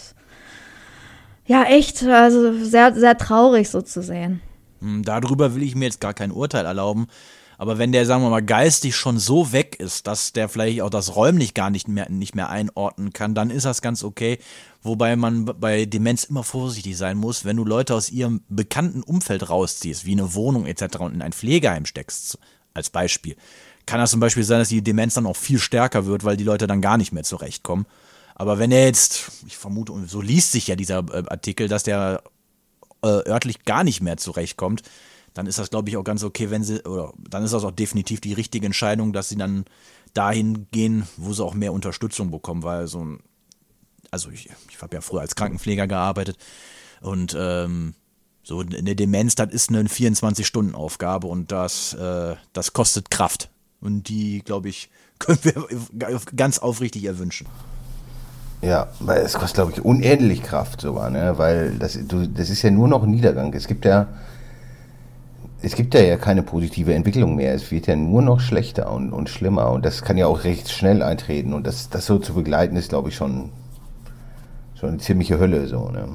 ja, echt, also sehr, sehr traurig so zu sehen. Darüber will ich mir jetzt gar kein Urteil erlauben. Aber wenn der, sagen wir mal, geistig schon so weg ist, dass der vielleicht auch das räumlich gar nicht mehr, nicht mehr einordnen kann, dann ist das ganz okay. Wobei man bei Demenz immer vorsichtig sein muss, wenn du Leute aus ihrem bekannten Umfeld rausziehst, wie eine Wohnung et cetera und in ein Pflegeheim steckst, als Beispiel, kann das zum Beispiel sein, dass die Demenz dann auch viel stärker wird, weil die Leute dann gar nicht mehr zurechtkommen. Aber wenn er jetzt, ich vermute, und so liest sich ja dieser Artikel, dass der äh, örtlich gar nicht mehr zurechtkommt, dann ist das, glaube ich, auch ganz okay, wenn sie, oder dann ist das auch definitiv die richtige Entscheidung, dass sie dann dahin gehen, wo sie auch mehr Unterstützung bekommen, weil so ein, also ich, ich habe ja früher als Krankenpfleger gearbeitet und ähm, so eine Demenz, das ist eine vierundzwanzig-Stunden-Aufgabe und das, äh, das kostet Kraft und die, glaube ich, können wir ganz aufrichtig erwünschen. Ja, weil es kostet, glaube ich, unendlich Kraft sogar, ne? Weil das, du, das ist ja nur noch ein Niedergang. Es gibt ja Es gibt ja, ja keine positive Entwicklung mehr. Es wird ja nur noch schlechter und, und schlimmer. Und das kann ja auch recht schnell eintreten. Und das, das so zu begleiten, ist, glaube ich, schon, schon eine ziemliche Hölle. So, ne?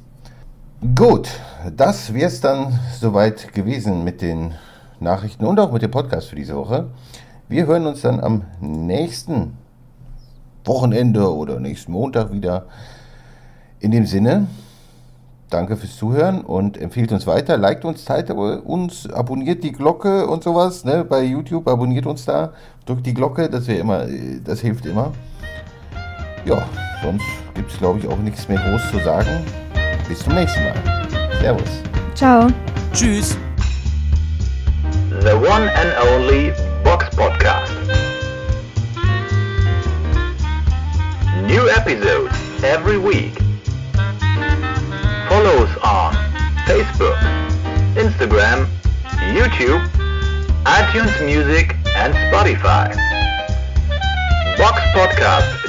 Gut, das wäre es dann soweit gewesen mit den Nachrichten und auch mit dem Podcast für diese Woche. Wir hören uns dann am nächsten Wochenende oder nächsten Montag wieder. In dem Sinne, danke fürs Zuhören und empfiehlt uns weiter, liked uns, teilt uns, abonniert die Glocke und sowas, ne, bei YouTube, abonniert uns da, drückt die Glocke, das wäre immer, das hilft immer. Ja, sonst gibt es, glaube ich, auch nichts mehr groß zu sagen. Bis zum nächsten Mal. Servus. Ciao. Tschüss. The one and only Box Podcast. New episodes every week. Follow us on Facebook, Instagram, YouTube, iTunes Music and Spotify. Box Podcast